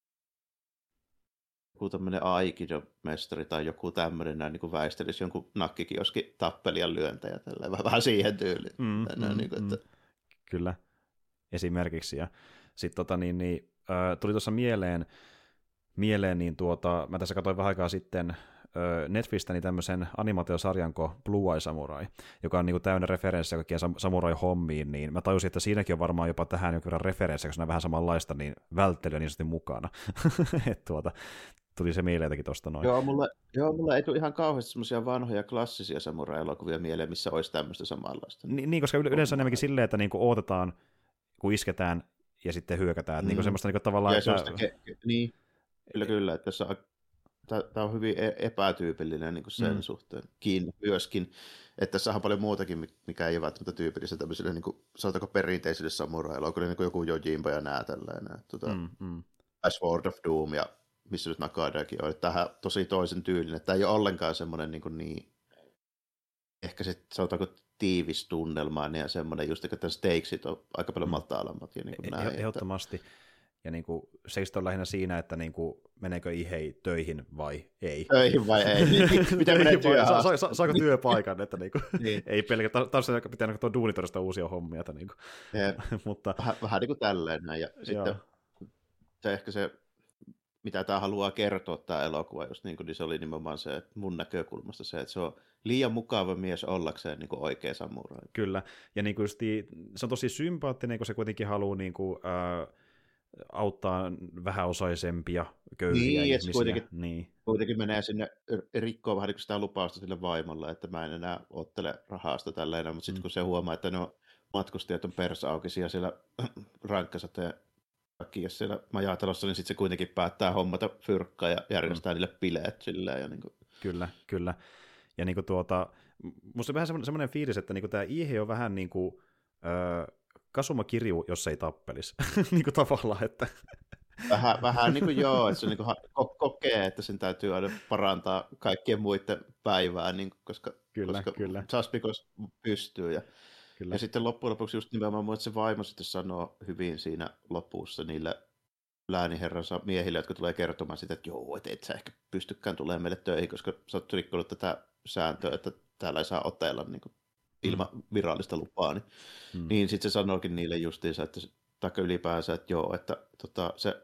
joku tämmöinen aikido-mestari tai joku tämmöinen näin, niin kuin väistelisi jonkun nakkikioskin tappelijan lyöntäjä. Vähän siihen tyyliin. Mm, näin, mm, niin kuin, että... Kyllä, esimerkiksi. Ja sitten tota, niin, niin, äh, tuli tuossa mieleen, mieleen niin tuota, mä tässä katsoin vähän aikaa sitten äh, Netflixistä niin tämmöisen animaatiosarjan kuin Blue Eye Samurai, joka on niin kuin täynnä referenssiä kaikkien sam- samurai-hommiin, niin mä tajusin, että siinäkin on varmaan jopa tähän jonkun verran referenssiä, koska ne on vähän samanlaista, niin välttelyä niin sanotusti mukana. että tuota, tuli se mieleentäkin tuosta noin. Joo, mulle, joo, mulle ei tule ihan kauheasti semmoisia vanhoja klassisia samurai-elokuvia mieleen, missä olisi tämmöistä samanlaista. Ni, niin, koska yleensä on enemmänkin silleen, että niinku odotetaan, kun isketään ja sitten hyökätään. Mm. Niin semmoista niin tavallaan... Ja että... ke- niin, kyllä kyllä. Että tässä on, tämä on hyvin epätyypillinen niin sen mm. suhteen kiinni myöskin. Että tässä on paljon muutakin, mikä ei ole välttämättä tyypillistä tämmöisille, niin kuin, sanotaanko perinteisille samurai-elokuville, niin kuin joku Yojimbo ja nää tällainen. Tuota, mm, mm. Sword of Doom ja missä nyt Nakadakin on. Tämähän on tosi toisen tyylinen. Tämä ei ole ollenkaan semmoinen niin, niin ehkä se sanotaanko tiivis tunnelmainen ja semmoinen just, että stakesit on aika paljon malta-alammat. Ja niin kuin näin, ehdottomasti. Että... Ja niin kuin, se on lähinnä siinä, että niin kuin, meneekö Ihei töihin vai ei. Töihin vai ei. Niin, miten menee työhön? Sa, sa, sa, saako työpaikan? Että niin kuin, niin. Ei pelkästään. Taas pitää katsoa duunitorista uusia hommia. Että, niin kuin. Mutta... Vähän, vähän niin kuin tälleen. Ja sitten se ehkä se mitä tämä haluaa kertoa, tämä elokuva, just niin, kuin, niin se oli nimenomaan se, että mun näkökulmasta se, että se on liian mukava mies ollakseen niin kuin oikea samurai. Kyllä, ja niin kuin justi, se on tosi sympaattinen, kun se kuitenkin haluaa niin kuin, äh, auttaa vähäosaisempia, köyhiä niin, ihmisiä. Kuitenkin, niin, kuitenkin menee sinne, rikkoo vähän niin sitä lupausta sille vaimolle, että mä en enää ottele rahasta tälleen, mutta sitten mm. kun se huomaa, että no matkustajat on persaaukisia siellä rankkasateen takia siellä majatalossa, niin sitten se kuitenkin päättää hommata fyrkkaa ja järjestää mm. niille bileet silleen. Ja niin kuin. Kyllä, kyllä. Ja niin kuin tuota, musta on vähän semmoinen fiilis, että niin kuin tämä Ihe on vähän niin kuin äh, Kasuma Kirju, jos ei tappelisi. niin kuin tavallaan, että... Vähän, vähän niin kuin joo, että se niin kuin ko- kokee, että sen täytyy aina parantaa kaikkien muiden päivää, niin kuin, koska, kyllä, koska kyllä. just because pystyy. Ja, kyllä. ja sitten loppujen lopuksi just nimenomaan mun, että se vaimo sitten sanoo hyvin siinä lopussa niille lääniherransa miehille, jotka tulee kertomaan sitä, että joo, et, et sä ehkä pystykään tulemaan meille töihin, koska sä oot rikkonut tätä sääntöä, että täällä ei saa otella niin kuin, ilman mm. virallista lupaa. Niin, mm. niin sitten se sanookin niille justiinsa, että taikka ylipäänsä, että joo, että tota, se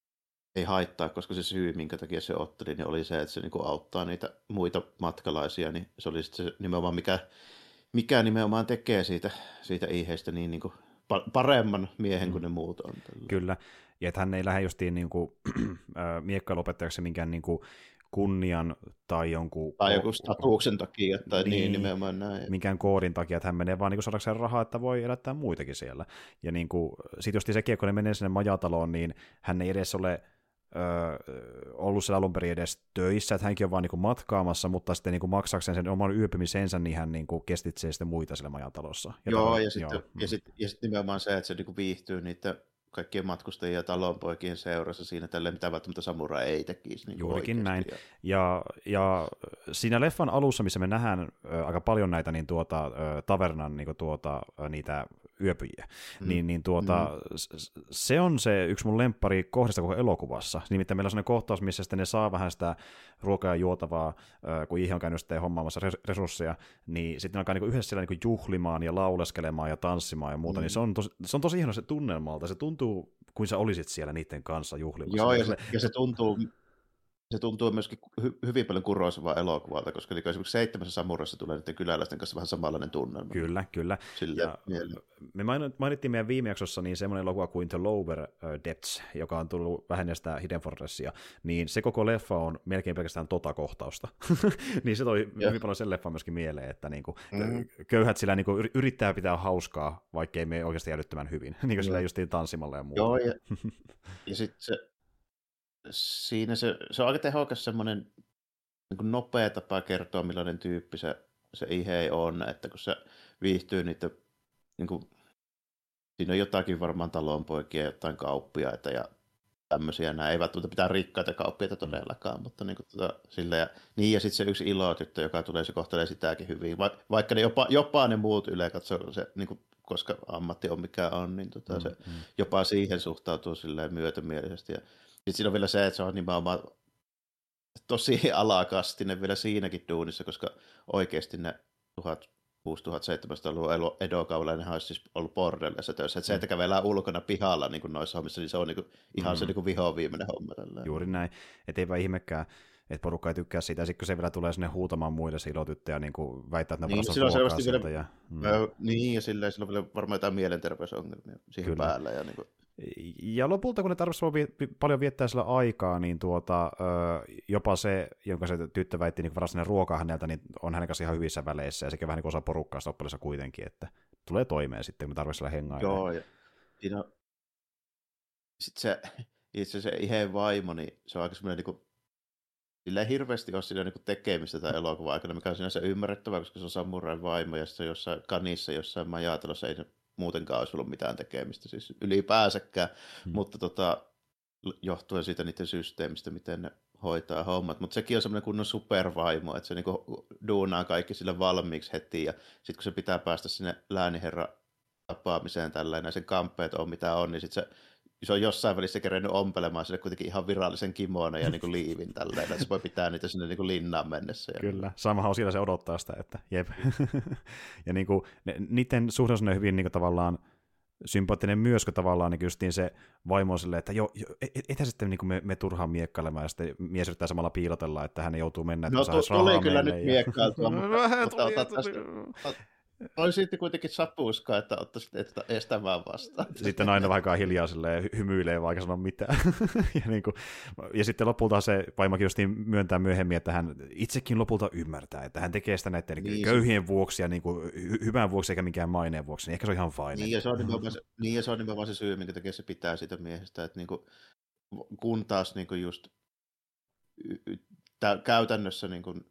ei haittaa, koska se syy, minkä takia se otteli, niin oli se, että se niin kuin auttaa niitä muita matkalaisia, niin se oli sitten se nimenomaan, mikä, mikä nimenomaan tekee siitä, siitä Iheistä niin, niin kuin paremman miehen kuin mm. ne muut on. Tällä. Kyllä, ja että hän ei lähde justiin niin kuin, miekkailuopettajaksi minkään niin kuin kunnian tai jonkun... Tai joku statuksen takia, tai niin, niin nimenomaan näin. Minkään koodin takia, että hän menee vaan niin saadakseen rahaa, että voi elättää muitakin siellä. Ja niin kuin, sit just sekin, kun ne menee sinne majataloon, niin hän ei edes ole öö, ollut siellä alun perin edes töissä, että hänkin on vaan niin kuin matkaamassa, mutta sitten niin kuin maksakseen sen oman yöpymisensä, niin hän niin kuin kestitsee sitten muita siellä majatalossa. Ja joo, tavalla, ja sitten ja sit, ja sit nimenomaan se, että se niin kuin viihtyy niiden kaikkien matkustajien ja talonpoikien seurassa siinä tälleen, mitä välttämättä samurai ei tekisi. Niin juurikin näin. Ja, ja siinä leffan alussa, missä me nähdään ä, aika paljon näitä niin tuota, ä, tavernan niin tuota, ä, niitä yöpyjiä, mm. niin, niin tuota, mm. se on se yksi mun lemppari kohdasta koko elokuvassa. Nimittäin meillä on sellainen kohtaus, missä sitten ne saa vähän sitä ruokaa ja juotavaa, ä, kun Ihe on käynyt sitten hommaamassa resursseja, niin sitten ne alkaa niin yhdessä siellä niin juhlimaan ja lauleskelemaan ja tanssimaan ja muuta, mm. niin se on tosi, se on tosi ihana se tunnelmalta, se tuntuu kuin sä olisit siellä niiden kanssa juhlimassa. Joo, ja se, ja se tuntuu, se tuntuu myöskin hy, hyvin paljon Kurosawaa elokuvalta, koska niin esimerkiksi seitsemässä samurassa tulee niiden kyläläisten kanssa vähän samanlainen tunnelma. Kyllä, kyllä. Ja me mainittiin meidän viime jaksossa niin semmoinen elokuva kuin The Lower Depths, joka on tullut vähän näistä Hidden Forestia, niin se koko leffa on melkein pelkästään tota kohtausta. niin se toi ja. hyvin paljon sen leffan myöskin mieleen, että niinku, mm-hmm. köyhät sillä niinku yrittää pitää hauskaa, vaikka ei mene oikeasti älyttömän hyvin. niin kuin sillä justiin tanssimalla ja muuta. Joo, ja, ja sitten se siinä se, se on aika tehokas semmoinen niin kuin nopea tapa kertoa, millainen tyyppi se, se Ihe on, että kun se viihtyy niitä, niin kuin, siinä on jotakin varmaan talonpoikia, jotain kauppiaita ja tämmöisiä, nämä ei välttämättä pitää rikkaita kauppiaita todellakaan, mutta niin kuin, tota, sillä ja, niin ja sitten se yksi ilotyttö, joka tulee, se kohtelee sitäkin hyvin, Va, vaikka ne jopa, jopa ne muut yle katsoo se, niin kuin, koska ammatti on mikä on, niin tota, mm, se mm. jopa siihen suhtautuu silleen myötämielisesti ja sitten siinä on vielä se, että se on nimenomaan tosi alakastinen vielä siinäkin duunissa, koska oikeasti ne tuhatkuusisataaseitsemäntoista-luvun Edo-kaudella ne olisi siis ollut bordelleissa töissä. Että se, että kävellään ulkona pihalla niin kuin noissa hommissa, niin se on niin kuin, ihan mm. se niin vihoon viimeinen homma. Tällä. Juuri näin. Että eipä ihmekään, että porukka ei tykkää siitä. Ja sitten kun se vielä tulee sinne huutamaan muille se ilotyttö ja niin kuin väittää, että ne niin, parasta ruokaa sieltä. Vielä, ja, mm. Niin, ja silleen, sillä on vielä varmaan jotain mielenterveysongelmia siihen Kyllä. päällä. Ja niin kuin... Ja lopulta, kun ne tarvitsisi vi- paljon viettää sillä aikaa, niin tuota, ö, jopa se, jonka se tyttö väitti niin varasi ruokaa häneltä, niin on hänen kanssa ihan hyvissä väleissä, ja sekin vähän niin osa porukkaa stoppelissa kuitenkin, että tulee toimeen sitten, kun tarvitsisi sillä hengailla. Joo, ja siinä on... Sitten se, itse se Ihan vaimo, niin se on aika semmoinen, niin kuin... sillä ei hirveästi ole sillä niin kuin tekemistä tämän elokuvan aikana, mikä on sinänsä ymmärrettävää, koska se on samurai vaimo, ja se on jossain kanissa, jossain majatalossa, ei se muutenkaan olisi ollut mitään tekemistä, siis ylipäänsäkään, hmm. mutta tota, johtuen siitä niiden systeemistä, miten ne hoitaa hommat. Mutta sekin on semmoinen kunnon supervaimo, että se niinku duunaa kaikki sille valmiiksi heti, ja sitten kun se pitää päästä sinne lääniherran tapaamiseen tällainen, ja sen kamppeet on mitä on, niin sitten se, se on jossain välissä kerennyt ompelemaan sille kuitenkin ihan virallisen kimonon ja niinku liivin tälleen, että se voi pitää niitä sinne niinku linnaan mennessä. Ja Kyllä, samahan on siellä se odottaa sitä, että jep. ja niinku, ne, niiden suhde on hyvin niinku tavallaan sympaattinen myös, kun tavallaan niin justiin se vaimo on silleen, että joo, jo, ethän sitten niin me, me turhaan miekkailemaan, ja sitten mies yrittää samalla piilotella, että hän joutuu mennä, että no, saisi rahaa meille. kyllä nyt ja... miekkailtua, mutta, mutta ota tästä... Oli sitten kuitenkin sapuskaa, että ottaisit estämään vastaan. Sitten aina vähän hiljaa silleen, hymyilee vaikka sanoa mitään. ja, niin kuin, ja sitten lopulta se vaimokin just myöntää myöhemmin, että hän itsekin lopulta ymmärtää, että hän tekee sitä näiden niin, köyhien se... vuoksi ja niin kuin, hy- hyvän vuoksi eikä mikään maineen vuoksi, niin ehkä se on ihan fine. Niin ja se on nimenomaan se, niin ja se, on nimenomaan se syy, minkä takia se pitää siitä miehestä, että niin kuin, kun taas niin kuin just tä, käytännössä niin kuin,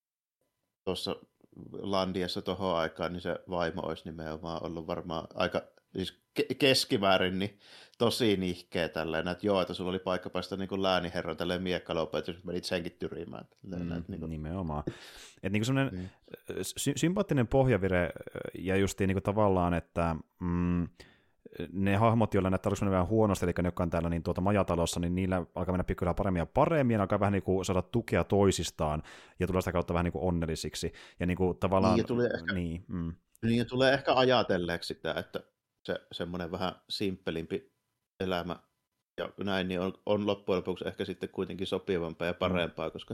tuossa Landiassa tuohon aikaan, niin se vaimo olisi nimenomaan ollut varmaan aika siis keskimäärin niin tosi nihkeä tälleen, että joo, että sulla oli paikka päästä niin kuin lääniherran tälleen miekkalopeen, että menit senkin tyrimään. Tälleen, mm, että, niin kuin... Nimenomaan. Että niin kuin semmoinen mm. sy- sympaattinen pohjavire ja justiin niin kuin tavallaan, että mm, ne hahmot, joilla näyttää oliko vähän huonosti, eli ne, jotka on täällä niin tuota majatalossa, niin niillä alkaa mennä pikkuhiljaa paremmin ja paremmin, ja alkaa vähän niin kuin saada tukea toisistaan, ja tulee sitä kautta vähän niin kuin onnellisiksi. Ja niin kuin tavallaan... Niin, ja tulee ehkä, niin, mm. niin, ja tulee ehkä ajatelleeksi sitä, että se semmoinen vähän simppelimpi elämä, ja näin, niin on, on loppujen lopuksi ehkä sitten kuitenkin sopivampaa ja parempaa, mm. koska,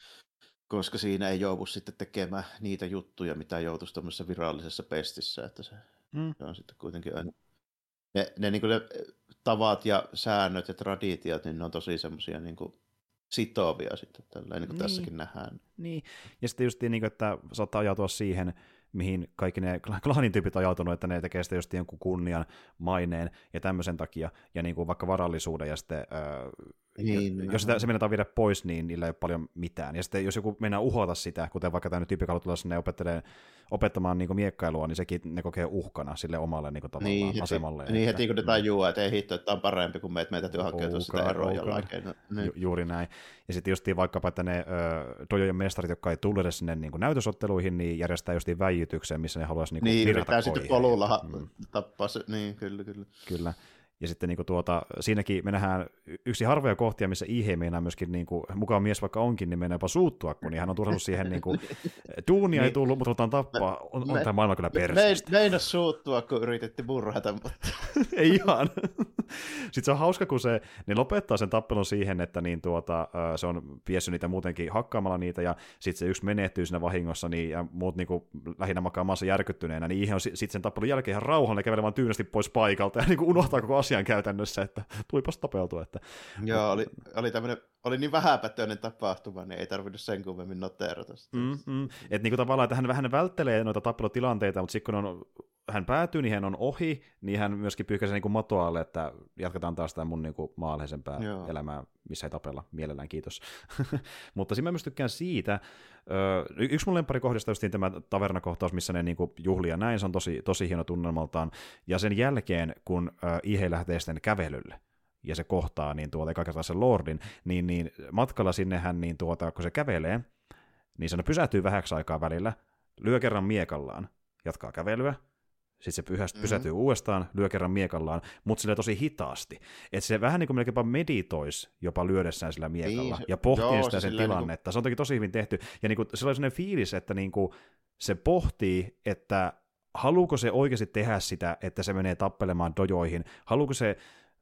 koska siinä ei joudu sitten tekemään niitä juttuja, mitä joutuisi tämmöisessä virallisessa pestissä, että se, mm. se on sitten kuitenkin aina... Ne, ne, niin kuin ne tavat ja säännöt ja traditiot, niin ne on tosi semmoisia niin kuin sitovia sitten, tällä, niin kuin niin, tässäkin nähdään. Niin, ja sitten just niin, että saattaa ajautua siihen, mihin kaikki ne klanin tyypit on ajautunut, että ne tekee sitten just jonkun kunnian, maineen ja tämmöisen takia, ja niin kuin vaikka varallisuuden, ja sitten öö, niin, jos sitä, se meinataan viedä pois, niin niillä ei ole paljon mitään. Ja sitten jos joku meinaa uhata sitä, kuten vaikka tämä tyyppi haluaa tulla sinne opettamaan niin kuin miekkailua, niin sekin ne kokee uhkana sille omalle niin kuin, tavallaan niin, asemalle. Heti, niin heti kun ne tajuaa, että ei hitto, että tämä on parempi kuin meitä, meitä täytyy hakea sitä eroa jollain keinoin. Ju, juuri näin. Ja sitten justiin vaikkapa, että ne ö, dojojen mestarit, jotka ei tullut edes sinne niin kuin näytösotteluihin, niin järjestää justiin väijytyksen, missä ne haluaisi niin kuin niin, virrata koihin. Niin, sitten polulla mm. tappaa se, niin kyllä, kyllä. Kyllä. Ja sitten niin kuin tuota, siinäkin me nähdään yksi harvoja kohtia, missä I H meinaa myöskin, niin kuin, mukaan mies vaikka onkin, niin meinaa jopa suuttua, kun hän on turhannut siihen, niin kuin, duunia ei tullut, mutta otetaan tappaa, on, on tämä maailma kyllä perseestä. Me, meina suuttua, kun yritettiin murhata, mutta... ei ihan. Sitten se on hauska, kun se, ne lopettaa sen tappelun siihen, että niin tuota, se on piessyt niitä muutenkin hakkaamalla niitä, ja sitten se yksi menehtyy siinä vahingossa, niin, ja muut niin kuin, lähinnä makaamassa järkyttyneenä, niin I H on sitten sen tappelun jälkeen ihan rauhallinen, kävelee vaan tyynesti pois paikalta, ja niin kuin unohtaa koko asian käytännössä, että tulipas tapeltua. Että... Joo, oli, oli, tämmönen, oli niin vähäpätöinen tapahtuma, niin ei tarvinnut sen kummemmin noteerata. Mm, mm. Että niin kuin tavallaan, että hän vähän välttelee noita tappelutilanteita, mutta sitten kun on, hän päätyy, niin hän on ohi, niin hän myöskin pyyhkäisee niin matoa alle, että jatketaan taas sitä mun niin kuin maallisempää Joo. elämää, missä ei tapella. Mielellään, kiitos. Mutta siinä mä myös tykkään siitä. Y- yksi mun lempparikohdista justiin tämä tavernakohtaus, missä ne niin kuin juhlia ja näin, se on tosi, tosi hieno tunnelmaltaan. Ja sen jälkeen, kun I H lähtee sitten kävelylle, ja se kohtaa niin tuota eka kertaa sen lordin, niin, niin matkalla sinnehän, niin tuota, kun se kävelee, niin se pysähtyy vähäksi aikaa välillä, lyö kerran miekallaan, jatkaa kävelyä, sitten se pyhäst, mm-hmm. pysähtyy uudestaan, lyö kerran miekallaan, mutta sille tosi hitaasti. Että se vähän niin kuin melkeinpä meditoisi jopa lyödessään sillä miekalla, niin, ja pohtii sitä sen tilannetta. Niin kuin... Se on toki tosi hyvin tehty, ja niin kuin, se on sellainen fiilis, että niin kuin, se pohtii, että haluuko se oikeasti tehdä sitä, että se menee tappelemaan dojoihin, haluuko se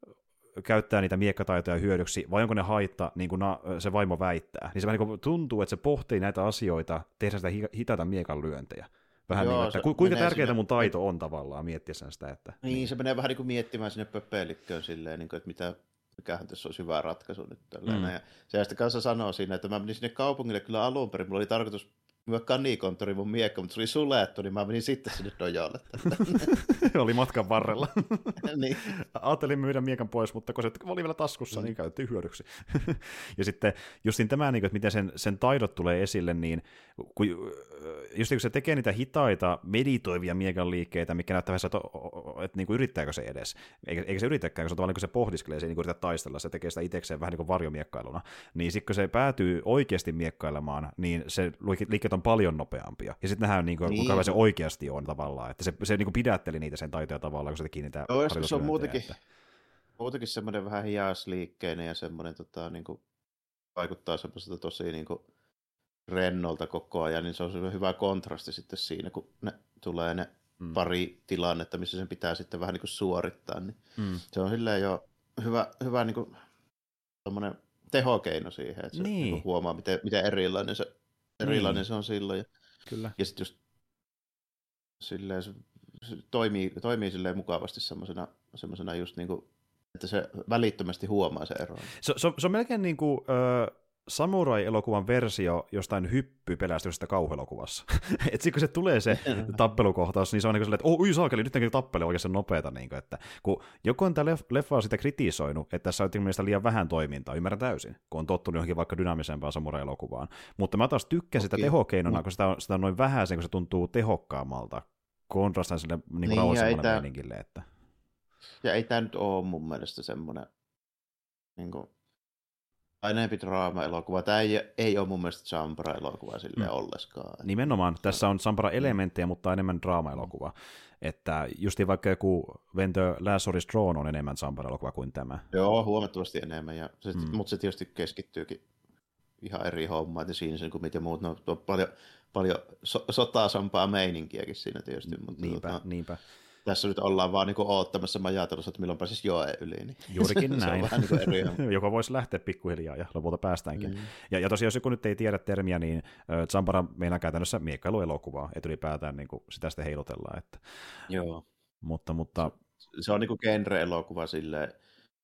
käyttää niitä miekkataitoja hyödyksi, vai onko ne haitta, niin kuin se vaimo väittää. Niin se vähän niin kuin tuntuu, että se pohtii näitä asioita, tehdä sitä hitaita miekan lyöntejä. Vähän Joo, niin, että ku, kuinka tärkeää sinne... mun taito on tavallaan miettiessä sitä. Että, niin, niin, se menee vähän niin kuin miettimään sinne pöpelikköön silleen, niin kuin, että mitä, mikähän tässä olisi hyvä ratkaisu nyt. Mm. Ja se sitten kanssa sanoo siinä, että mä menin sinne kaupungille kyllä alun perin, mulla oli tarkoitus myö kanikonttori mun miekka, mutta se oli sulettu, niin mä menin sitten sinne dojalle. oli matkan varrella. niin. Ajattelin myydä miekan pois, mutta kun se oli vielä taskussa, mm. niin käytettiin hyödyksi. ja sitten justin tämä, että miten sen, sen taidot tulee esille, niin kun, just kun se tekee niitä hitaita, meditoivia miekan liikkeitä, mikä näyttää vähän, että, että niin kuin yrittääkö se edes. Eikä, eikä se yritäkään, kun se on tavallaan, kun se pohdiskelee, se ei niin kuin yritä taistella, se tekee sitä itsekseen vähän niin kuin varjomiekkailuna. Niin sitten kun se päätyy oikeasti miekkailemaan, niin se liikkeet on paljon nopeampia. Ja sitten nähdään, niin kuin, niin. kuinka se oikeasti on tavallaan. Että se, se niin kuin pidätteli niitä sen taitoja tavallaan, kun se teki niitä no, harjoituslyöntejä. Se on muutenkin, että... muutenkin semmoinen vähän hiasliikkeinen ja semmoinen tota, niin kuin, vaikuttaa semmoiselta tosi niin kuin, rennolta koko ajan, niin se on hyvä kontrasti sitten siinä, kun ne tulee ne mm. pari tilannetta, missä sen pitää sitten vähän niin kuin suorittaa. Niin mm. se on silleen jo hyvä, hyvä niin kuin tommoinen tehokeino siihen, että se niin. Niin huomaa, miten, miten erilainen, se, erilainen niin. se on silloin. Ja, Kyllä. ja sitten just silleen, se, se toimii, toimii silleen mukavasti semmoisena, semmoisena just niin kuin, että se välittömästi huomaa se ero. Se, se, se on melkein niin kuin äh, samurai-elokuvan versio jostain hyppypelästä jostain kauhuelokuvassa. Että sitten kun se tulee se tappelukohtaus, niin se on niin kuin silleen, että oh, ui saakeli, nyt tappelu oikeasti nopeata. Niin kuin, että, kun joku on tämä leffaa sitä kritisoinut, että tässä on mielestäni liian vähän toimintaa, ymmärrän täysin, kun on tottunut johonkin vaikka dynaamisempaan samurai-elokuvaan. Mutta mä taas tykkään sitä tehokeinona, mm. kun sitä on, sitä on noin vähäisen, kun se tuntuu tehokkaammalta kontrastaan sille niin niin, rauhallisemmalle meiningille. Että... Ja ei tämä nyt ole mun mielestä semmoinen niin kuin aineempi draama-elokuva. Tämä ei, ei ole mun mielestä Sampara-elokuva silleen mm. olleskaan. Nimenomaan. Tässä on Sampara-elementtejä, mutta enemmän draama-elokuva. Että justiin vaikka joku When the Last Sword is Drawn on enemmän Sampara-elokuva kuin tämä. Joo, huomattavasti enemmän. Ja se, mm. Mutta se tietysti keskittyykin ihan eri hommaan, että siinä sen kuin mitä muut. No, on paljon, paljon so, sotaasampaa meininkiäkin siinä tietysti. Mutta niinpä, tuota, niinpä. Tässä nyt ollaan vaan niin oottamassa majatelussa, että milloin pääsisi joen yli. Niin juurikin näin. Se on vähän niin eri. Joka voisi lähteä pikkuhiljaa ja lopulta päästäänkin. Mm. Ja, ja tosiaan, jos joku nyt ei tiedä termiä, niin äh, Zampara meinaa käytännössä miekkailuelokuvaa, että ylipäätään niin kuin sitä sitten heilutellaan. Että. Joo. Mutta, mutta... Se, se on niin kuin genre-elokuva silleen.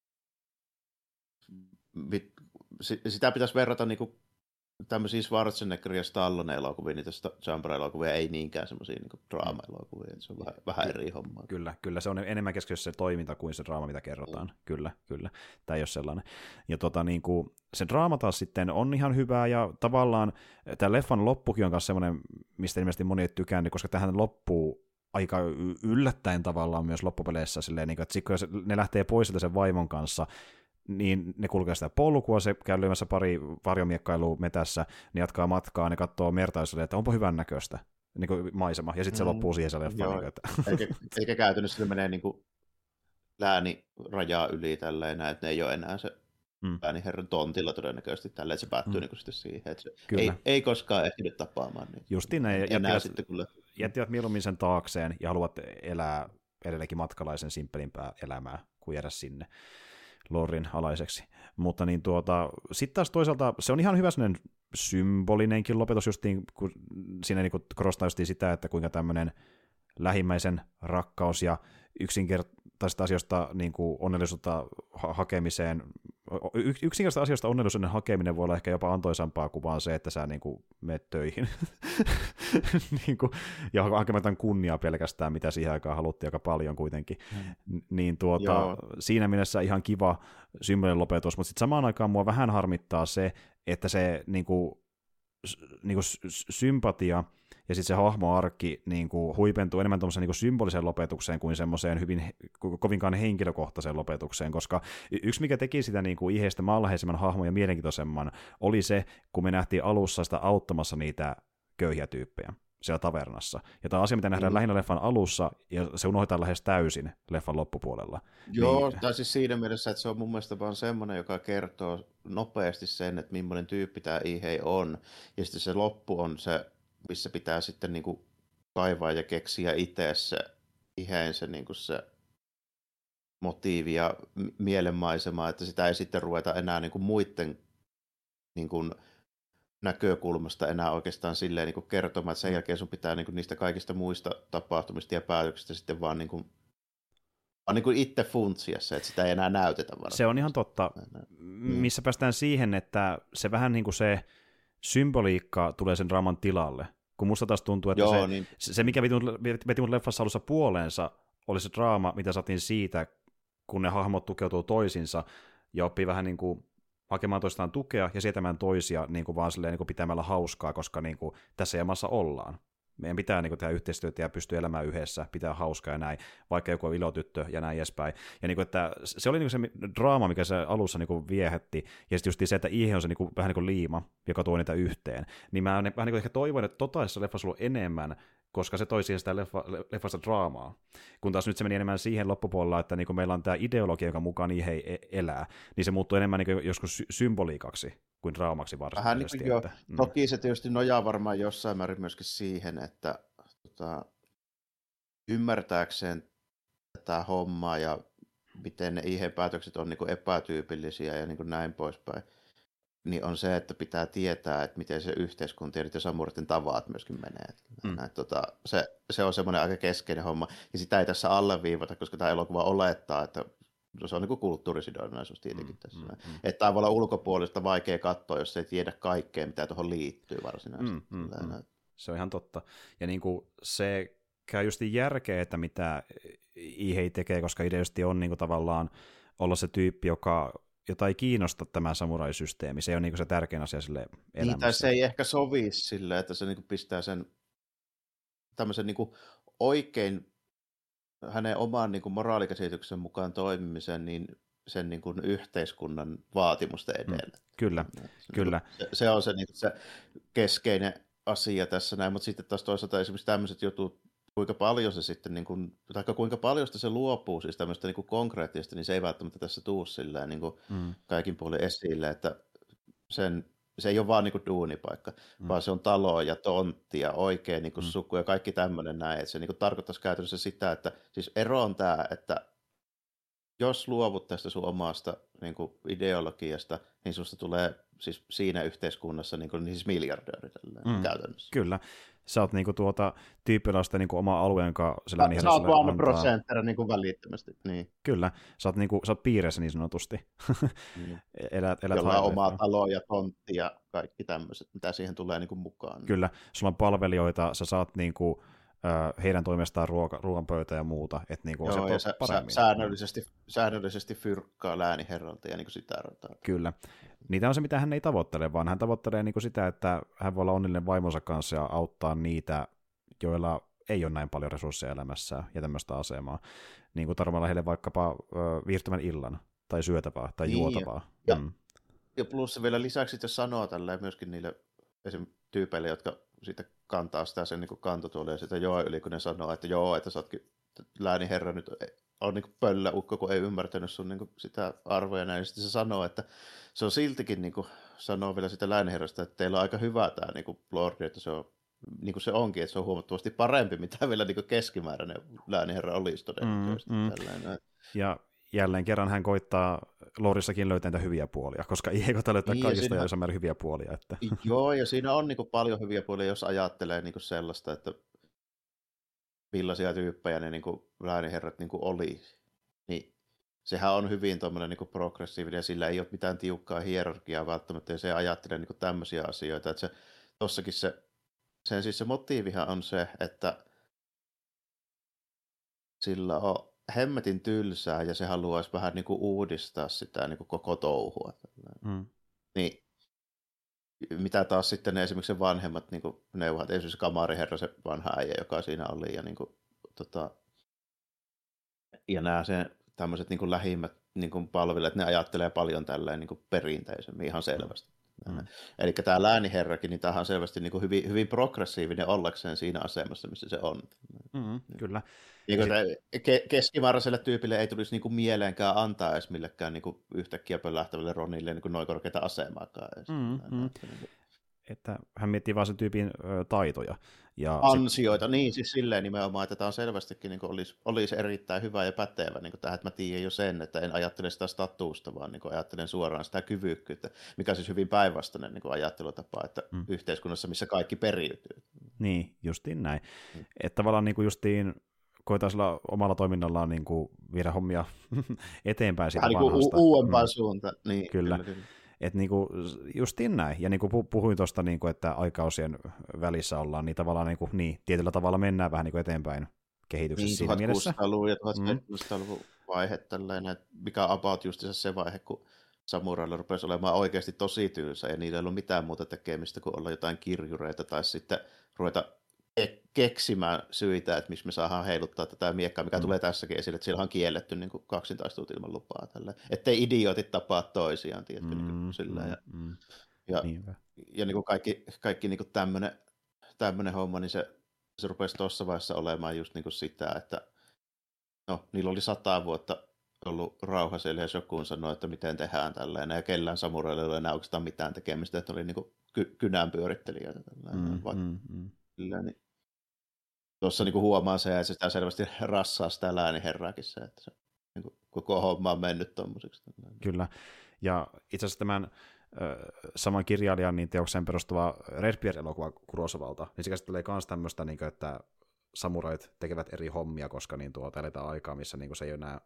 Sitä pitäisi verrata niin kuin tämmöisiä Schwarzenegger ja Stallone-elokuvia, niitä Zampara-elokuvia, ei niinkään semmoisia niin draama-elokuvia, se on vähän, vähän eri hommaa. Kyllä, kyllä, se on enemmän keskiössä se toiminta kuin se draama, mitä kerrotaan, mm. kyllä, kyllä, tämä ei ole sellainen. Ja tota, niin kuin, se draama taas sitten on ihan hyvää, ja tavallaan tämä leffan loppukin on myös semmoinen, mistä ilmeisesti moni ei tykännyt, koska tähän loppuu aika yllättäen tavallaan myös loppupeleissä, silleen, niin kuin, että sit, kun ne lähtee pois sieltä sen vaimon kanssa, niin ne kulkee sitä polkua, se käy lyömässä pari varjomiekkailua metässä, ne jatkaa matkaa, ne katsoo merta, että onpa hyvän näköistä niin kuin maisema, ja sitten se mm, loppuu siihen se leffa. Niin, että... eikä, eikä käytännössä se menee niin kuin läänirajaa yli tälleen, että ne ei ole enää se mm. lääniherran tontilla todennäköisesti tälleen, että se päättyy mm. niin kuin sitten siihen, että se ei, ei koskaan ehtinyt tapaamaan. Niin justiin näin, jättivät, sitten, kyllä... jättivät mieluummin sen taakseen ja haluavat elää edelleenkin matkalaisen simppelimpää elämää kuin jäädä sinne Lorin alaiseksi. Mutta niin tuota, sitten taas toisaalta se on ihan hyvä sellainen symbolinenkin lopetus, justiin, kun siinä niin korostaa justiin sitä, että kuinka tämmöinen lähimmäisen rakkaus ja yksinkertaisista asioista niin kuin onnellisuutta ha- hakemiseen, y- yksinkertaisista asioista onnellisuuden hakeminen voi olla ehkä jopa antoisampaa kuin vaan se, että sä niin kuin menet töihin niin kuin, ja hakemaan kunniaa pelkästään, mitä siihen aikaan haluttiin aika paljon kuitenkin. Mm. Niin tuota, siinä mielessä ihan kiva symbolinen lopetus, mutta sitten samaan aikaan mua vähän harmittaa se, että se niin kuin, niin kuin sympatia ja sitten se hahmoarkki niin kuin huipentuu enemmän tuommoiseen niin symboliseen lopetukseen kuin semmoiseen hyvin kovinkaan henkilökohtaiseen lopetukseen, koska yksi mikä teki sitä niin kuin iheistä maanläheisemman hahmon ja mielenkiintoisemman oli se, kun me nähtiin alussa sitä auttamassa niitä köyhiä tyyppejä siellä tavernassa. Ja tämä asia, mitä nähdään mm. lähinnä leffan alussa, ja se unohdetaan lähes täysin leffan loppupuolella. Joo, niin... tai siis siinä mielessä, että se on mun mielestä vaan semmoinen, joka kertoo nopeasti sen, että millainen tyyppi tämä Ihei on. Ja sitten se loppu on se, missä pitää sitten niin kuin kaivaa ja keksiä itse se Iheen se, niin kuin se motiivi ja mielenmaisema, että sitä ei sitten ruveta enää niin kuin muiden niin kuin näkökulmasta enää oikeastaan silleen niin kuin kertomaan, että sen jälkeen sun pitää niin kuin niistä kaikista muista tapahtumista ja päätöksistä sitten vaan, niin kuin, vaan niin kuin itse funtsia se, että sitä ei enää näytetä varmaan. Se on ihan totta, missä päästään siihen, että se vähän niin kuin se symboliikka tulee sen draaman tilalle, kun musta taas tuntuu, että Joo, se, niin. se, mikä veti mun, veti mun leffassa alussa puoleensa, oli se draama, mitä saatiin siitä, kun ne hahmot tukeutuu toisinsa ja oppii vähän niin kuin hakemaan toistaan tukea ja sietämään toisia niin kuin vaan silleen, niin kuin pitämällä hauskaa, koska niin kuin tässä jamassa ollaan. Meidän pitää niin kuin tehdä yhteistyötä ja pystyä elämään yhdessä, pitää hauskaa ja näin, vaikka joku on ilotyttö ja näin edespäin. Ja niin kuin, että se oli niin kuin se draama, mikä se alussa niin kuin viehätti, ja sitten just se, että Ihe on se niin kuin, vähän niin kuin liima, joka tuo niitä yhteen. Niin mä vähän niin kuin ehkä toivon, että totaisessa leffassa ollut enemmän, koska se toi siihen sitä leffa, leffasta draamaa. Kun taas nyt se meni enemmän siihen loppupuolella, että niin kuin meillä on tämä ideologia, joka mukaan Ihe elää, niin se muuttuu enemmän niin kuin joskus symboliikaksi kuin draamaksi varsinaisesti. Niin että, mm. Toki se tietysti nojaa varmaan jossain määrin myöskin siihen, että tota, ymmärtääkseen tätä hommaa ja miten ne I H-päätökset on niin kuin epätyypillisiä ja niin kuin näin poispäin, niin on se, että pitää tietää, että miten se yhteiskunta ja niiden samureiden tavat myöskin menee. Mm. Näin, tota, se, se on semmoinen aika keskeinen homma, ja sitä ei tässä alleviivata, koska tämä elokuva olettaa, että se on niin kuin kulttuurisidonnaisuus tietenkin mm, tässä. Mm, mm. Että tämä voi olla ulkopuolista vaikea katsoa, jos ei tiedä kaikkea, mitä tuohon liittyy varsinaisesti. Mm, mm, mm. Se on ihan totta. Ja niin kuin se käy just järkeä, että mitä I H tekee, koska ideasti on niin kuin tavallaan olla se tyyppi, joka, jota ei kiinnosta tämä samuraisysteemi. Se on niin kuin se tärkein asia sille elämässä. Niin, tai se ei ehkä sovi sille, että se niin kuin pistää sen tämmöisen niin kuin oikein hänen oman niin kuin moraalikäsityksen mukaan toimimisen niin sen niin kuin yhteiskunnan vaatimusten edellä. Mm, kyllä, se, kyllä. Se, se on se, niin se keskeinen asia tässä näin, mutta sitten taas toisaalta esimerkiksi tämmöiset jutut, kuinka paljon se sitten, niin kuin, tai kuinka paljon se luopuu siis tämmöistä niin kuin konkreettista, niin se ei välttämättä tässä tuu silleen niin kuin mm. kaikin puolin esille, että sen, se ei ole vaan niin kuin duunipaikka, mm. vaan se on talo ja tontti ja oikein niin kuin mm. suku ja kaikki tämmöinen näin, että se niin kuin tarkoittaisi käytännössä sitä, että siis ero on tämä, että jos luovut tästä sun omasta niin kuin ideologiasta, niin susta tulee siis siinä yhteiskunnassa niin, kuin, niin siis miljardööri mm. käytännössä. Kyllä. Sä oot niinku tuota tyyppiläistä niinku oma alueen kanssa. Sä, sä oot vaan prosenttera niinku välittömästi. Niin. Kyllä. Sä oot, niinku, sä oot piirissä niin sanotusti. Mm. elät, elät Jolla on oma talo ja tontti ja kaikki tämmöiset, mitä siihen tulee niinku mukaan. Kyllä. Sulla on palvelijoita, sä saat niinku heidän toimestaan ruoka, ruoan pöytä ja muuta. Et niinku Joo, ja sä, sä, säännöllisesti, säännöllisesti fyrkkaa lääniherralta ja niinku sitä rataa. Kyllä. Niitä on se, mitä hän ei tavoittele, vaan hän tavoittelee niinku sitä, että hän voi olla onnellinen vaimonsa kanssa ja auttaa niitä, joilla ei ole näin paljon resursseja elämässään ja tämmöistä asemaa. Niin kuin tarvalla heille vaikkapa ö, viihtyvän illan tai syötävää tai niin, juotavaa. Ja, mm. ja plus vielä lisäksi sitten sanoo tälleen myöskin niille esim. Tyypeille, jotka sitten kantaa sitä sen niin kantotuolia ja sitä joo yli, kun ne sanoo, että joo, että sä ootkin lääniherra nyt on niin pöllä ukko, kun ei ymmärtänyt sun niin sitä arvoja näin. Ja sitten se sanoo, että se on siltikin, niin kuin sanoo vielä sitä lääniherrasta, että teillä on aika hyvä tämä niin lordi, että se on niin kuin se onkin, että se on huomattavasti parempi, mitä vielä niin keskimääräinen lääniherra olisi todennäköisesti. Mm, mm. Ja jälleen kerran hän koittaa Lordissakin löytää niitä hyviä puolia, koska ei koita löytää niin, kaikista siinä, ja hyviä puolia. Että. Joo, ja siinä on niin kuin paljon hyviä puolia, jos ajattelee niin kuin sellaista, että millaisia tyyppejä ne niin kuin lääniherrat niin kuin oli. Niin sehän on hyvin tuommoinen niin kuin progressiivinen, ja sillä ei ole mitään tiukkaa hierarkiaa välttämättä, ja se ajattelee niin kuin tämmöisiä asioita. Että se, tossakin se, sen siis se motiivihan on se, että sillä on hemmetin tylsää ja se haluaisi vähän niin kuin uudistaa sitä niin kuin koko touhua. Mm. Niin, mitä taas sitten ne esimerkiksi se vanhemmat niin kuin neuvovat, esimerkiksi kamariherra, se vanha äijä, joka siinä oli, ja, niin kuin, tota, ja nämä sen tämmöiset niin kuin lähimmät niin kuin palvelijat, ne ajattelee paljon tälleen niin kuin perinteisemmin ihan selvästi. Mm. Eli tämä lääniherrakin, niin tämähän on selvästi niin kuin hyvin, hyvin progressiivinen ollakseen siinä asemassa, missä se on. Mm, kyllä. Niin ke- keskimääräiselle tyypille ei tulisi niinku mieleenkään antaa edes millekään niinku yhtäkkiä pöllähtävälle Ronille niinku noin korkeita asemaakaan. Mm, mm. Että hän miettii vaan sen tyypin ö, taitoja. Ja ansioita, sit niin siis silleen nimenomaan, että tämä on selvästikin niinku olisi, olisi erittäin hyvä ja pätevä niinku tähän, että mä tiedän jo sen, että en ajattele sitä statuusta, vaan niinku ajattelen suoraan sitä kyvykkyyttä, mikä on siis hyvin päinvastainen niinku ajattelutapa, että mm. yhteiskunnassa, missä kaikki periytyy. Niin, justiin näin. Mm. Että tavallaan niinku justiin koetaan sillä omalla toiminnallaan niin kuin viedä hommia eteenpäin siitä vähän vanhasta. Niin uudempaan mm. suuntaan. Niin, kyllä. kyllä, kyllä. Että niin kuin, justiin näin. Ja niin kuin puhuin tuosta, niin kuin, että aikausien välissä ollaan, niin tavallaan niin, kuin, niin tietyllä tavalla mennään vähän niin kuin eteenpäin kehityksessä niin, siinä mielessä. tuhatkuusisataaluvun ja tuhatseitsemänsataaluvun vaihe tällainen, mikä on about justiinsa se vaihe, kun samurailla rupesi olemaan oikeasti tosi tylsä, ja niillä ei ollut mitään muuta tekemistä kuin olla jotain kirjureita, tai sitten ruveta keksimään syitä, että miksi me saadaan heiluttaa tätä miekkaa, mikä mm. tulee tässäkin esille, että siellä on kielletty niin kuin kaksintaistelut ilman lupaa. Tällä. Ettei idiootit tapaa toisiaan, tiedätkö, mm, niin sillä. Mm, ja, mm. ja, ja niin kuin kaikki, kaikki niin kuin tämmöinen, tämmöinen homma, niin se, se rupesi tuossa vaiheessa olemaan just niin kuin sitä, että no, niillä oli sata vuotta ollut rauha siellä, ja joku sanoi, että miten tehdään tällainen, ja kellään samurailla ei ole enää oikeastaan mitään tekemistä, että oli niin kuin ky- kynän pyörittelijöitä. Tällainen, mm, vaikka, mm, mm. Sillä, niin tuossa niin kuin huomaa se, että sitä selvästi rassaa sitä lääniherraakin se, että se niin kuin, koko homma on mennyt tommoseksi. Kyllä, ja itse asiassa tämän äh, saman kirjailijan niin teokseen perustuva Redbeard-elokuva Kurosavalta, niin se käsittelee myös tämmöistä, niin kuin, että samurait tekevät eri hommia, koska niin tuota, eletään aikaa, missä niin kuin, se ei ole enää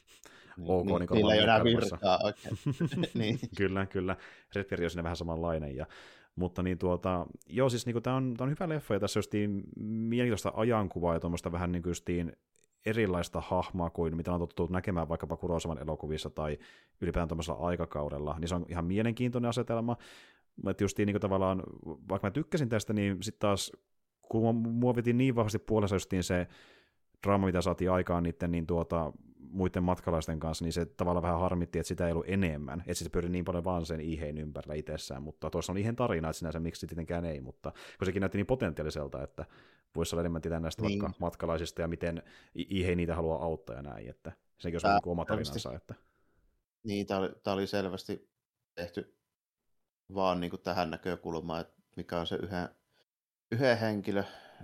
ok. Niin, niin niillä ei ole enää virtaa oikein. niin. Kyllä, kyllä. Redbeard on sinne vähän samanlainen. Ja, mutta niin tuota, joo, siis niin tämä on, on hyvä leffa, ja tässä justiin mielenkiintoista ajankuvaa ja tuommoista vähän niin justiin erilaista hahmoa kuin mitä on tottunut näkemään vaikkapa Kurosavan elokuvissa tai ylipäätään tuommoisella aikakaudella, niin se on ihan mielenkiintoinen asetelma. Että justiin niin tavallaan, vaikka mä tykkäsin tästä, niin sitten taas kun mua veti niin vahvasti puolessa justiin se draama, mitä saatiin aikaan niiden niin tuota, muiden matkalaisten kanssa, niin se tavallaan vähän harmitti, että sitä ei ollut enemmän. Että se pyöri niin paljon vaan sen Iheen ympärillä itsessään, mutta tuossa on Iheen tarina, että sinänsä miksi tietenkään ei, mutta kun sekin näytti niin potentiaaliselta, että voisi olla enemmän tietää näistä niin. vaikka matkalaisista ja miten Ihe niitä haluaa auttaa ja näin, että sekin olisi niin oma tarinansa. Että... Niin, tämä oli, tämä oli selvästi tehty vaan niin kuin tähän näkökulmaan, että mikä on se yhden, yhden henkilö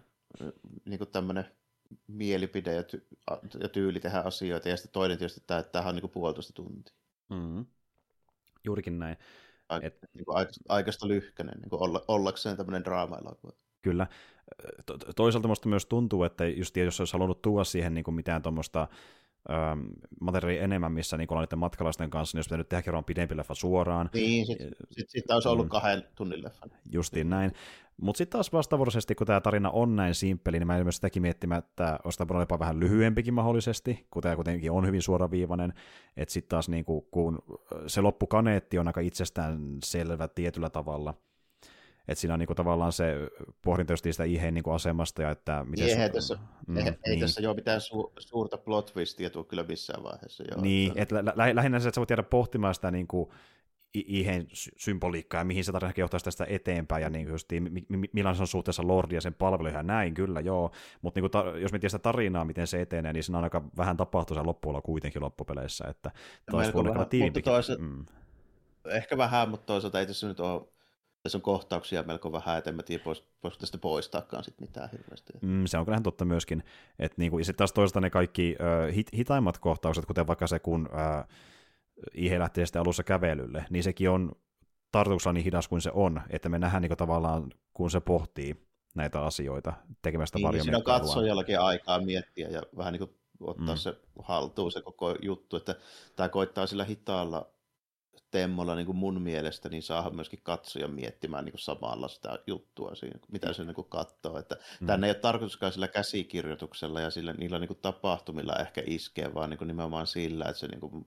niin kuin tämmöinen mielipide ja, ty- ja tyyli tehdä asioita, ja sitten toinen tietysti tämä, että tämähän on niin kuin puolitoista tuntia. Mm-hmm. Juurikin näin. Aika, Et... niin kuin aikaista lyhkäinen, niin kuin olla, ollakseen tämmöinen draama-elokuva. Kyllä. To- toisaalta musta myös tuntuu, että just jos olisi halunnut tuoda siihen niin kuin mitään tuommoista ähm, materiaalia enemmän, missä niin ollaan niiden matkalaisten kanssa, niin olisi pitänyt tehdä kerran pidempi leffa suoraan. Niin, sitten sit, sit olisi ollut mm. kahden tunnin leffa. Justiin näin. Mutta sitten taas vastavuoroisesti, kun tämä tarina on näin simppeli, niin mä en myös sitäkin miettimään, että olisi tämä jopa vähän lyhyempikin mahdollisesti, kun tämä kuitenkin on hyvin suoraviivainen, että sitten taas niin kuin, kun se loppukaneetti on aika itsestään selvä tietyllä tavalla, että siinä on niin kuin, tavallaan se pohdinta just sitä Iheen niin kuin asemasta ja että miten... Ei, se... tässä, mm, ei, niin. ei tässä ole mitään su- suurta plot twistia tule kyllä missään vaiheessa. Joo, niin, että lä- lä- lähinnä se, että sä voit jäädä pohtimaan sitä niin kuin Iheen symboliikkaa ja mihin se tarina johtaisi tästä eteenpäin ja niin justiin, millainen se on suhteessa Lordia ja sen palveluihin ja näin, kyllä joo, mutta niin ta- jos miettii sitä tarinaa, miten se etenee, niin siinä on aika vähän tapahtuu sen loppuilla kuitenkin loppupeleissä, että taas voin olla tiivimpikin. Mm. Ehkä vähän, mutta toisaalta ei tässä nyt ole, tässä on kohtauksia melko vähän, et en mä tiedä, voisiko tästä poistaakaan sit mitään hirveästi. Mm, se on kyllähän totta myöskin, että niinku, sitten taas toisaalta ne kaikki äh, hit- hitaimmat kohtaukset, kuten vaikka se, kun äh, Ihe lähtee sitten alussa kävelylle, niin sekin on tarkoituksella niin hidas kuin se on, että me nähdään niin tavallaan, kun se pohtii näitä asioita tekemästä niin, varjomiekkailua. Siinä on katsojallakin aikaa miettiä ja vähän niin kuin ottaa mm. se haltuun se koko juttu, että tämä koittaa sillä hitaalla temmolla niin kuin mun mielestä, niin saadaan myöskin katsoja miettimään niin kuin samalla sitä juttua siinä, mitä se niin kuin katsoo. Että mm. Tänne ei ole tarkoituskaan sillä käsikirjoituksella ja sillä, niillä niin kuin tapahtumilla ehkä iskee, vaan niin kuin nimenomaan sillä, että se niin kuin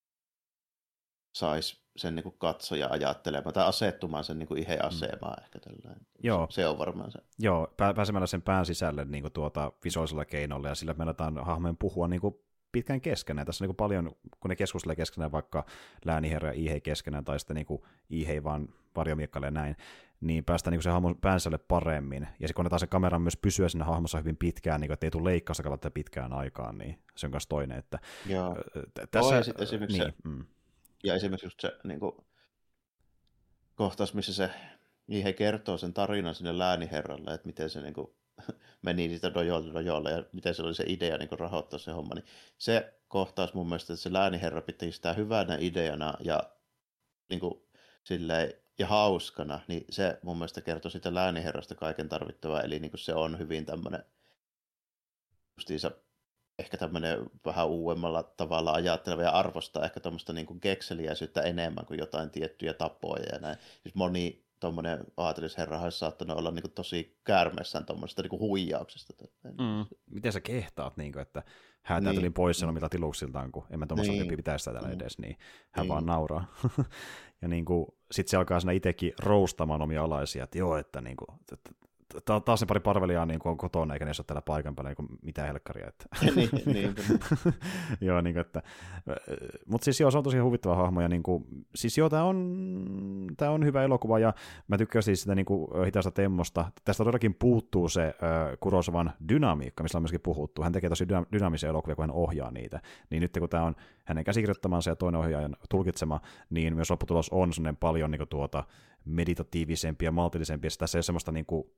saisi sen niin kuin katsoja ajattelemaan tai asettumaan sen niin kuin Iheen asemaan mm. ehkä tällainen. Joo. Se on varmaan se. Joo, pääsemällä sen pään sisälle niin kuin tuota visuaalisella keinolla ja sillä meinataan hahmojen puhua niin kuin pitkään keskenään. Tässä on niin kuin paljon, kun ne keskustelee keskenään vaikka lääniherra ja Ihe keskenään tai sitten niin kuin Ihe vaan varjomiekkaille ja näin, niin päästään niin kuin se hahmon päänsälle paremmin. Ja sitten kun annetaan se kameran myös pysyä siinä hahmossa hyvin pitkään, niin kuin, että ei tule leikkausta katsota pitkään aikaan, niin se on myös toinen. Että, joo. Tässä, ja sitten esimerkiksi niin, se, mm. ja esimerkiksi just se niin kuin, kohtaus, missä se Ihe kertoo sen tarinan sinne lääniherralle, että miten se niin kuin, meni niitä dojolta dojolle ja miten se oli se idea niin kuin rahoittaa se homma, niin se kohtaus mun mielestä, että se lääniherra piti sitä hyvänä ideana ja, niin kuin, silleen, ja hauskana, niin se mun mielestä kertoo sitä lääniherrasta kaiken tarvittavaa, eli niin kuin se on hyvin tämmöinen justiinsa ehkä tämmöinen vähän uudemmalla tavalla ajatteleva ja arvostaa ehkä tuommoista niin kuin kekseliäisyyttä enemmän kuin jotain tiettyjä tapoja ja näin. Siis moni tuommoinen aatelisherra olisi saattanut olla niin kuin tosi käärmeessään tuommoisesta niin kuin huijauksesta. Mm. Miten sä kehtaat, niin kuin, että hän niin. Tulin pois sanomilla tiluksiltaan, kun en mä tuommoista niin. pitää sitä täällä edes, niin hän niin. vaan nauraa. Ja niin sitten se alkaa siinä itsekin roustamaan omia alaisia, että joo, että niin kuin, taas ne pari parvelijaa niin on kotona, eikä ne ole täällä paikan päällä niin mitään helkkaria. Että. niin, niin. joo, niin kuin, että. Mutta siis joo, se on tosi huvittava hahmo. Ja niin kuin, siis joo, tämä on, tää on hyvä elokuva, ja mä tykkään siis sitä niin kuin, hitaasta temmosta. Tästä todellakin puuttuu se äh, Kurosavan dynamiikka, missä on myöskin puhuttu. Hän tekee tosi dyna- dynaamisia elokuvia, kun hän ohjaa niitä. Niin nyt kun tämä on hänen käsikirjoittamansa ja toinen ohjaajan tulkitsema, niin myös lopputulos on sellainen paljon niin kuin, tuota, meditatiivisempi ja maltillisempi, ja tässä ei ole semmoista niin kuin,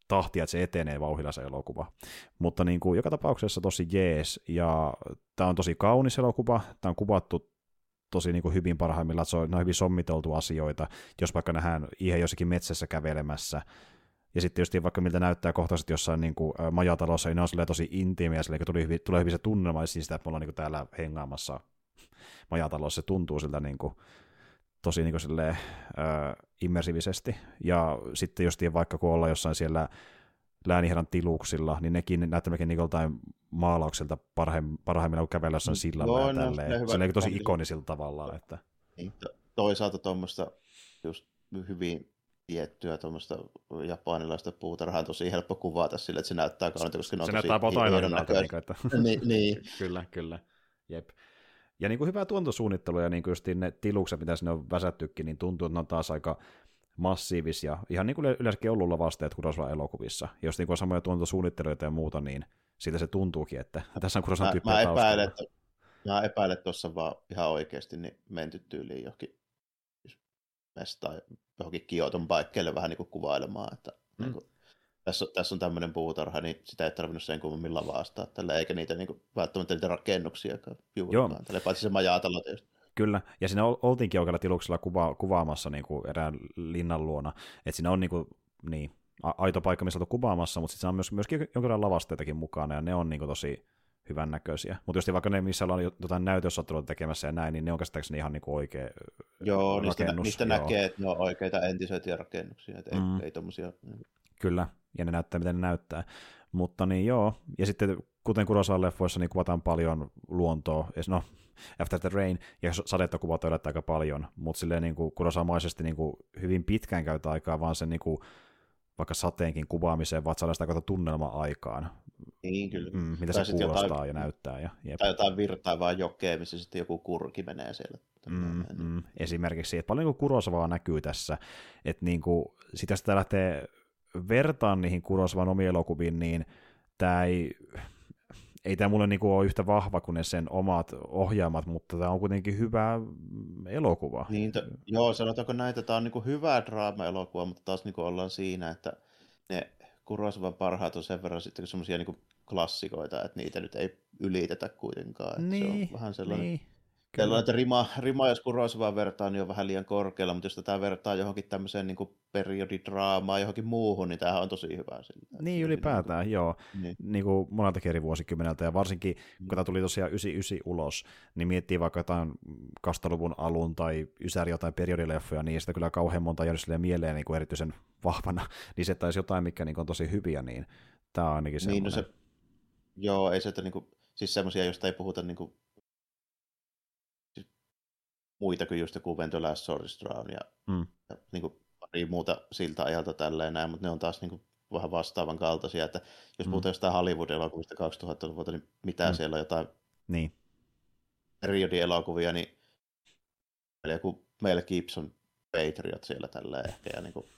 tahtia, että se etenee vauhdilla se elokuva. Mutta niin kuin, joka tapauksessa tosi jees, ja tämä on tosi kaunis elokuva, tämä on kuvattu tosi niin kuin hyvin parhaimmillaan, että se on, on hyvin sommiteltu asioita, jos vaikka nähdään ihan jossakin metsässä kävelemässä, ja sitten just vaikka miltä näyttää kohtaisesti jossain niin kuin, ä, majatalossa, niin ne on tosi intiimiä, silleen, tulee hyvin, tulee hyvin se tunnelma, siis sitä, että me ollaan niin kuin täällä hengaamassa majatalossa, se tuntuu siltä niin kuin, tosi niin kuin silleen, ä, immersiivisesti, ja sitten just vaikka kun ollaan jossain siellä lääniherran tiluksilla, niin nekin näyttää melkein niin joltain maalaukselta parhaim, parhaimmillaan kuin kävellä jossain sillalla ja tälleen. Se on niin tosi ikonisilla tavallaan. Että... Niin, toisaalta tuommoista just hyvin tiettyä tuommoista japanilaista puutarhaa on tosi helppo kuvata sille, että se näyttää kaunilta, koska ne on se tosi näyttää hienon näköistä. Että... niin, niin. Kyllä, kyllä. Jep. Ja niin kuin hyvää tuontosuunnittelua ja niin kuin just ne tilukset, mitä sinne on väsättykin, niin tuntuu, että ne on taas aika massiivisia. Ihan niin kuin yleensäkin ollut lavasteet Kurosawa-elokuvissa. Jos niin on samoja tuontosuunnittelijoita ja muuta, niin siitä se tuntuukin, että tässä on Kurosawan tyyppiä mä taustalla. Epäilen, että, mä epäilen, että tuossa vaan ihan oikeasti niin menty tyyliin johonkin mestaan, johonkin Kioton paikkeille vähän niin kuin kuvailemaan, että mm. niin kuin, tässä, tässä on tämmöinen puutarha, niin sitä ei tarvinnut sen kummemmin lavastaa tällä, eikä niitä niin kuin, välttämättä niitä rakennuksiakaan juurikaan. Tällä paitsi se majatalo tietysti. Kyllä, ja siinä oltiinkin oikealla tiluksella kuva, kuvaamassa niin kuin erään linnan luona, että siinä on niin kuin, niin, aito paikka, missä on kuvaamassa, mutta sitten siinä on myös, myöskin jonkinlainen lavasteitakin mukana, ja ne on niin kuin tosi hyvän näköisiä. Mutta just vaikka ne, missä ollaan jotain näytösottelua tekemässä ja näin, niin ne on käsittääkseni ihan niin kuin oikea Joo, rakennus. niistä, niistä Joo. näkee, että ne on oikeita entisiä rakennuksia, että mm. ei, ei tommosia... Kyllä, ja ne näyttää, miten ne näyttää. Mutta niin joo, ja sitten kuten Kurosawan leffoissa, niin kuvataan paljon luontoa, no After the Rain, ja sadetta kuvataan aika paljon, mutta silleen niin kuin kurosamaisesti niin kuin hyvin pitkään käytetään aikaa vaan sen niin kuin, vaikka sateenkin kuvaamiseen, vaan saadaan sitä kautta tunnelmaa aikaan. Niin, kyllä. Mm, mitä tai se kuulostaa jotain, ja näyttää. Ja, tai jotain virtaavaa jokea, missä sitten joku kurki menee siellä. Mm, mm, esimerkiksi, että paljon niin Kurosawaa näkyy tässä, että niin kuin, sitä sitä lähtee vertaan niihin Kurosawan omiin elokuviin, niin tämä ei... Ei tämä mulle niinku ole yhtä vahva kuin ne sen omat ohjaamat, mutta tämä on kuitenkin hyvä elokuva. Niin, to, joo, sanotaanko näitä, tämä on niinku hyvä draama-elokuva, mutta taas niinku ollaan siinä, että ne Kurosawan parhaat on sen verran sitten semmoisia niinku klassikoita, että niitä nyt ei ylitetä kuitenkaan. Niin, se on vähän sellainen, niin, sellainen että rima, rima, jos Kurosawaa vertaa, niin on vähän liian korkealla, mutta jos tätä vertaa johonkin tämmöiseen niinku periodidraamaan, johonkin muuhun, niin tämähän on tosi hyvä. Sillä. Niin, ylipäätään, niin, joo. Niin. Niin kuin moneltakin eri vuosikymmeneltä, ja varsinkin kun tämä tuli tosiaan yhdeksänkymmentäyhdeksän ulos, niin miettii vaikka jotain kaksituhattaluvun alun tai ysäri jotain periodileffoja, niin sitä kyllä kauhean monta jäänyt mieleen niin kuin erityisen vahvana, niin se taisi jotain, mikä niin on tosi hyviä, niin tämä on ainakin semmoinen. Niin, no se, joo, ei se, että niin kuin, siis semmoisia, joista ei puhuta niin kuin, siis muita kuin just joku When the Last Sword is Drawn ja, mm. ja niin kuin, pari muuta siltä ajalta tälleen näin, mutta ne on taas niin kuin, vähän vastaavan kaltaisia, että jos mm. puhutaan jostain Hollywood-elokuvista kaksituhattaluvulta, niin mitä mm. siellä on jotain niin. periodielokuvia, niin joku Mel Gibson Patriot siellä tälleen ehkä, ja niin kuin,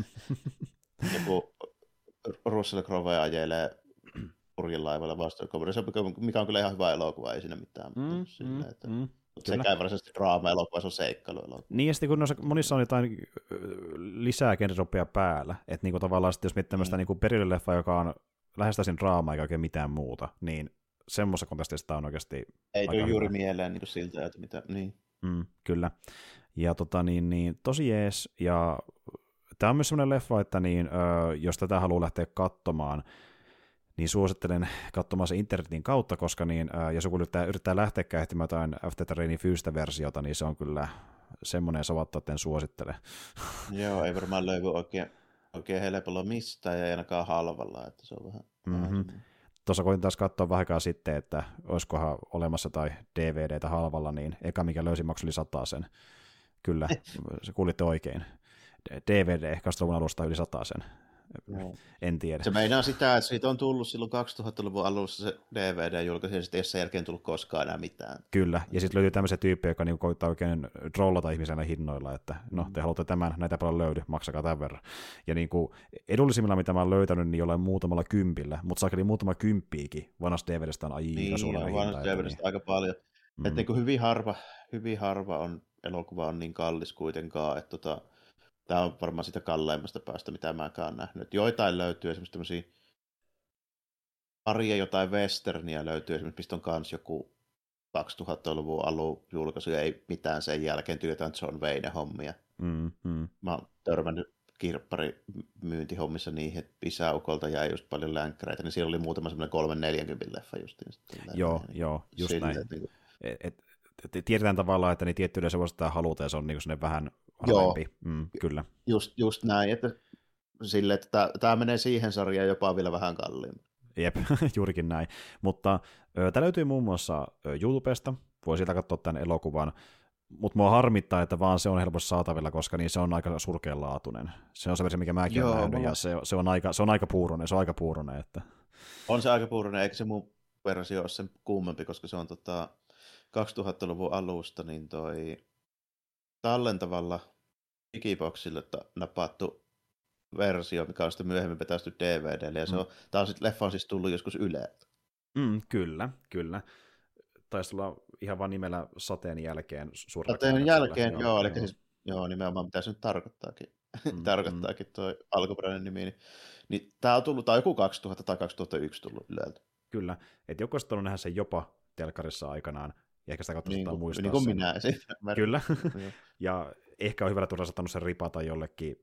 joku Russell Crowe ajelee purjin laivalla vastaan, mikä on kyllä ihan hyvä elokuva, ei siinä mitään. Mm, mutta sille, mm, että, mm, se käy varsinaisesti draama-elokuva, se on seikkailuelokuva. Niin, ja sitten kun noissa, monissa on jotain lisää genreropia päällä, että niinku tavallaan sitten jos miettii tämmöistä mm. niinku periodileffa, joka on lähes täysin draama eikä oikein mitään muuta, niin semmoisessa kontekstissa on oikeasti ei tule juuri mieleen niin siltä, että mitä, niin. Mm, kyllä. Ja tota niin, niin tosi jees, ja tämä on myös semmoinen leffa, että niin, ö, jos tätä haluaa lähteä katsomaan, niin suosittelen katsomaan se internetin kautta, koska niin, ää, jos joku yrittää, yrittää lähteä ehtimään jotain After the Rainin fyysistä versiota, niin se on kyllä semmoinen savattu, että en suosittele. Joo, ei varmaan löydy oikein, oikein helpolla mistään ja ei ainakaan halvalla, että se on vähän... Mm-hmm. Tuossa koitin taas katsoa vähän aikaa sitten, että olisikohan olemassa tai D V D:tä halvalla, niin eka mikä löysin maksuli sen. Kyllä, se kuulitte oikein. D V D kaksituhattaluvun alusta yli sen. No. En tiedä. Se meinaa sitä, että siitä on tullut silloin kaksituhattaluvun alussa se D V D-julkaisu, ja sitten ei sen jälkeen tullut koskaan enää mitään. Kyllä, ja sitten löytyy tämmöisiä tyyppejä, jotka niinku koittaa oikein trollata ihmisiä hinnoilla, että no, te haluatte tämän, näitä paljon löydy, maksakaa tämän verran. Ja niinku, edullisimmilla, mitä mä oon löytänyt, niin jollain muutamalla kympillä, mutta saakeli muutama kymppiikin vanhasta D V D:stä on aika niin, suuri hinta. Vanhasta D V D:stä aika paljon. Mm. Että niin hyvin harva, hyvin harva on, elokuva on niin kallis kuitenkaan, että tota, tämä on varmaan sitä kalleimmasta päästä, mitä mäkään olen nähnyt. Joitain löytyy esimerkiksi tämmöisiä paria jotain westerniä löytyy esimerkiksi, mistä on kans joku kaksituhattaluvun alun julkaisu, ja ei mitään sen jälkeen, tyyletään John Wayne hommia. Mm, mm. Mä oon törmännyt kirpparimyyntihommissa niihin, että isäukolta jäi just paljon länkkäreitä, niin siellä oli muutama semmoinen kolmen neljänkympin leffa justiin. Joo, niin, joo, just sille, näin. Niin kuin... et, et, et, tiedetään tavallaan, että niin tietty yleensä voisi haluta, ja se on niin kuin vähän halvempi. Mm, kyllä. Just, just näin, että sille, että tämä menee siihen sarjaan jopa vielä vähän kalliimmin. Jep, juurikin näin. Mutta tämä löytyy muun muassa YouTubesta, voi sieltä katsoa tämän elokuvan, mutta mua harmittaa, että vaan se on helposti saatavilla, koska niin se on aika surkeanlaatuinen. Se on se versio, mikä mäkin olen nähnyt, ja se, se, on aika, se on aika puuronen, se on aika puuronen. Että... On se aika puuronen, eikä se mun versio ole sen kuumempi, koska se on tota kaksituhattaluvun alusta, niin toi tallentavalla digiboxille napattu versio, mikä on sitten myöhemmin vetästy D V D:lle, ja se on, mm. tää on sit, leffa on siis tullut joskus Yleltä. Mm, kyllä, kyllä. Taisi tulla ihan vaan nimellä Sateen jälkeen. Sateen jälkeen, joo, joo, eli siis, joo, nimenomaan mitä se nyt tarkoittaakin, mm, tarkoittaakin tuo alkuperäinen nimi, niin, niin tää on tullut, tää on joku kaksituhatta tai kaksituhattayksi tullut Yleltä. Kyllä, että joku olisi tullut nähdä sen jopa telkkarissa aikanaan, ja ehkä sitä kautta niin kuin, muistaa niin kuin minä esim. Kyllä, ja ehkä on hyvä, että on saattanut sen ripata jollekin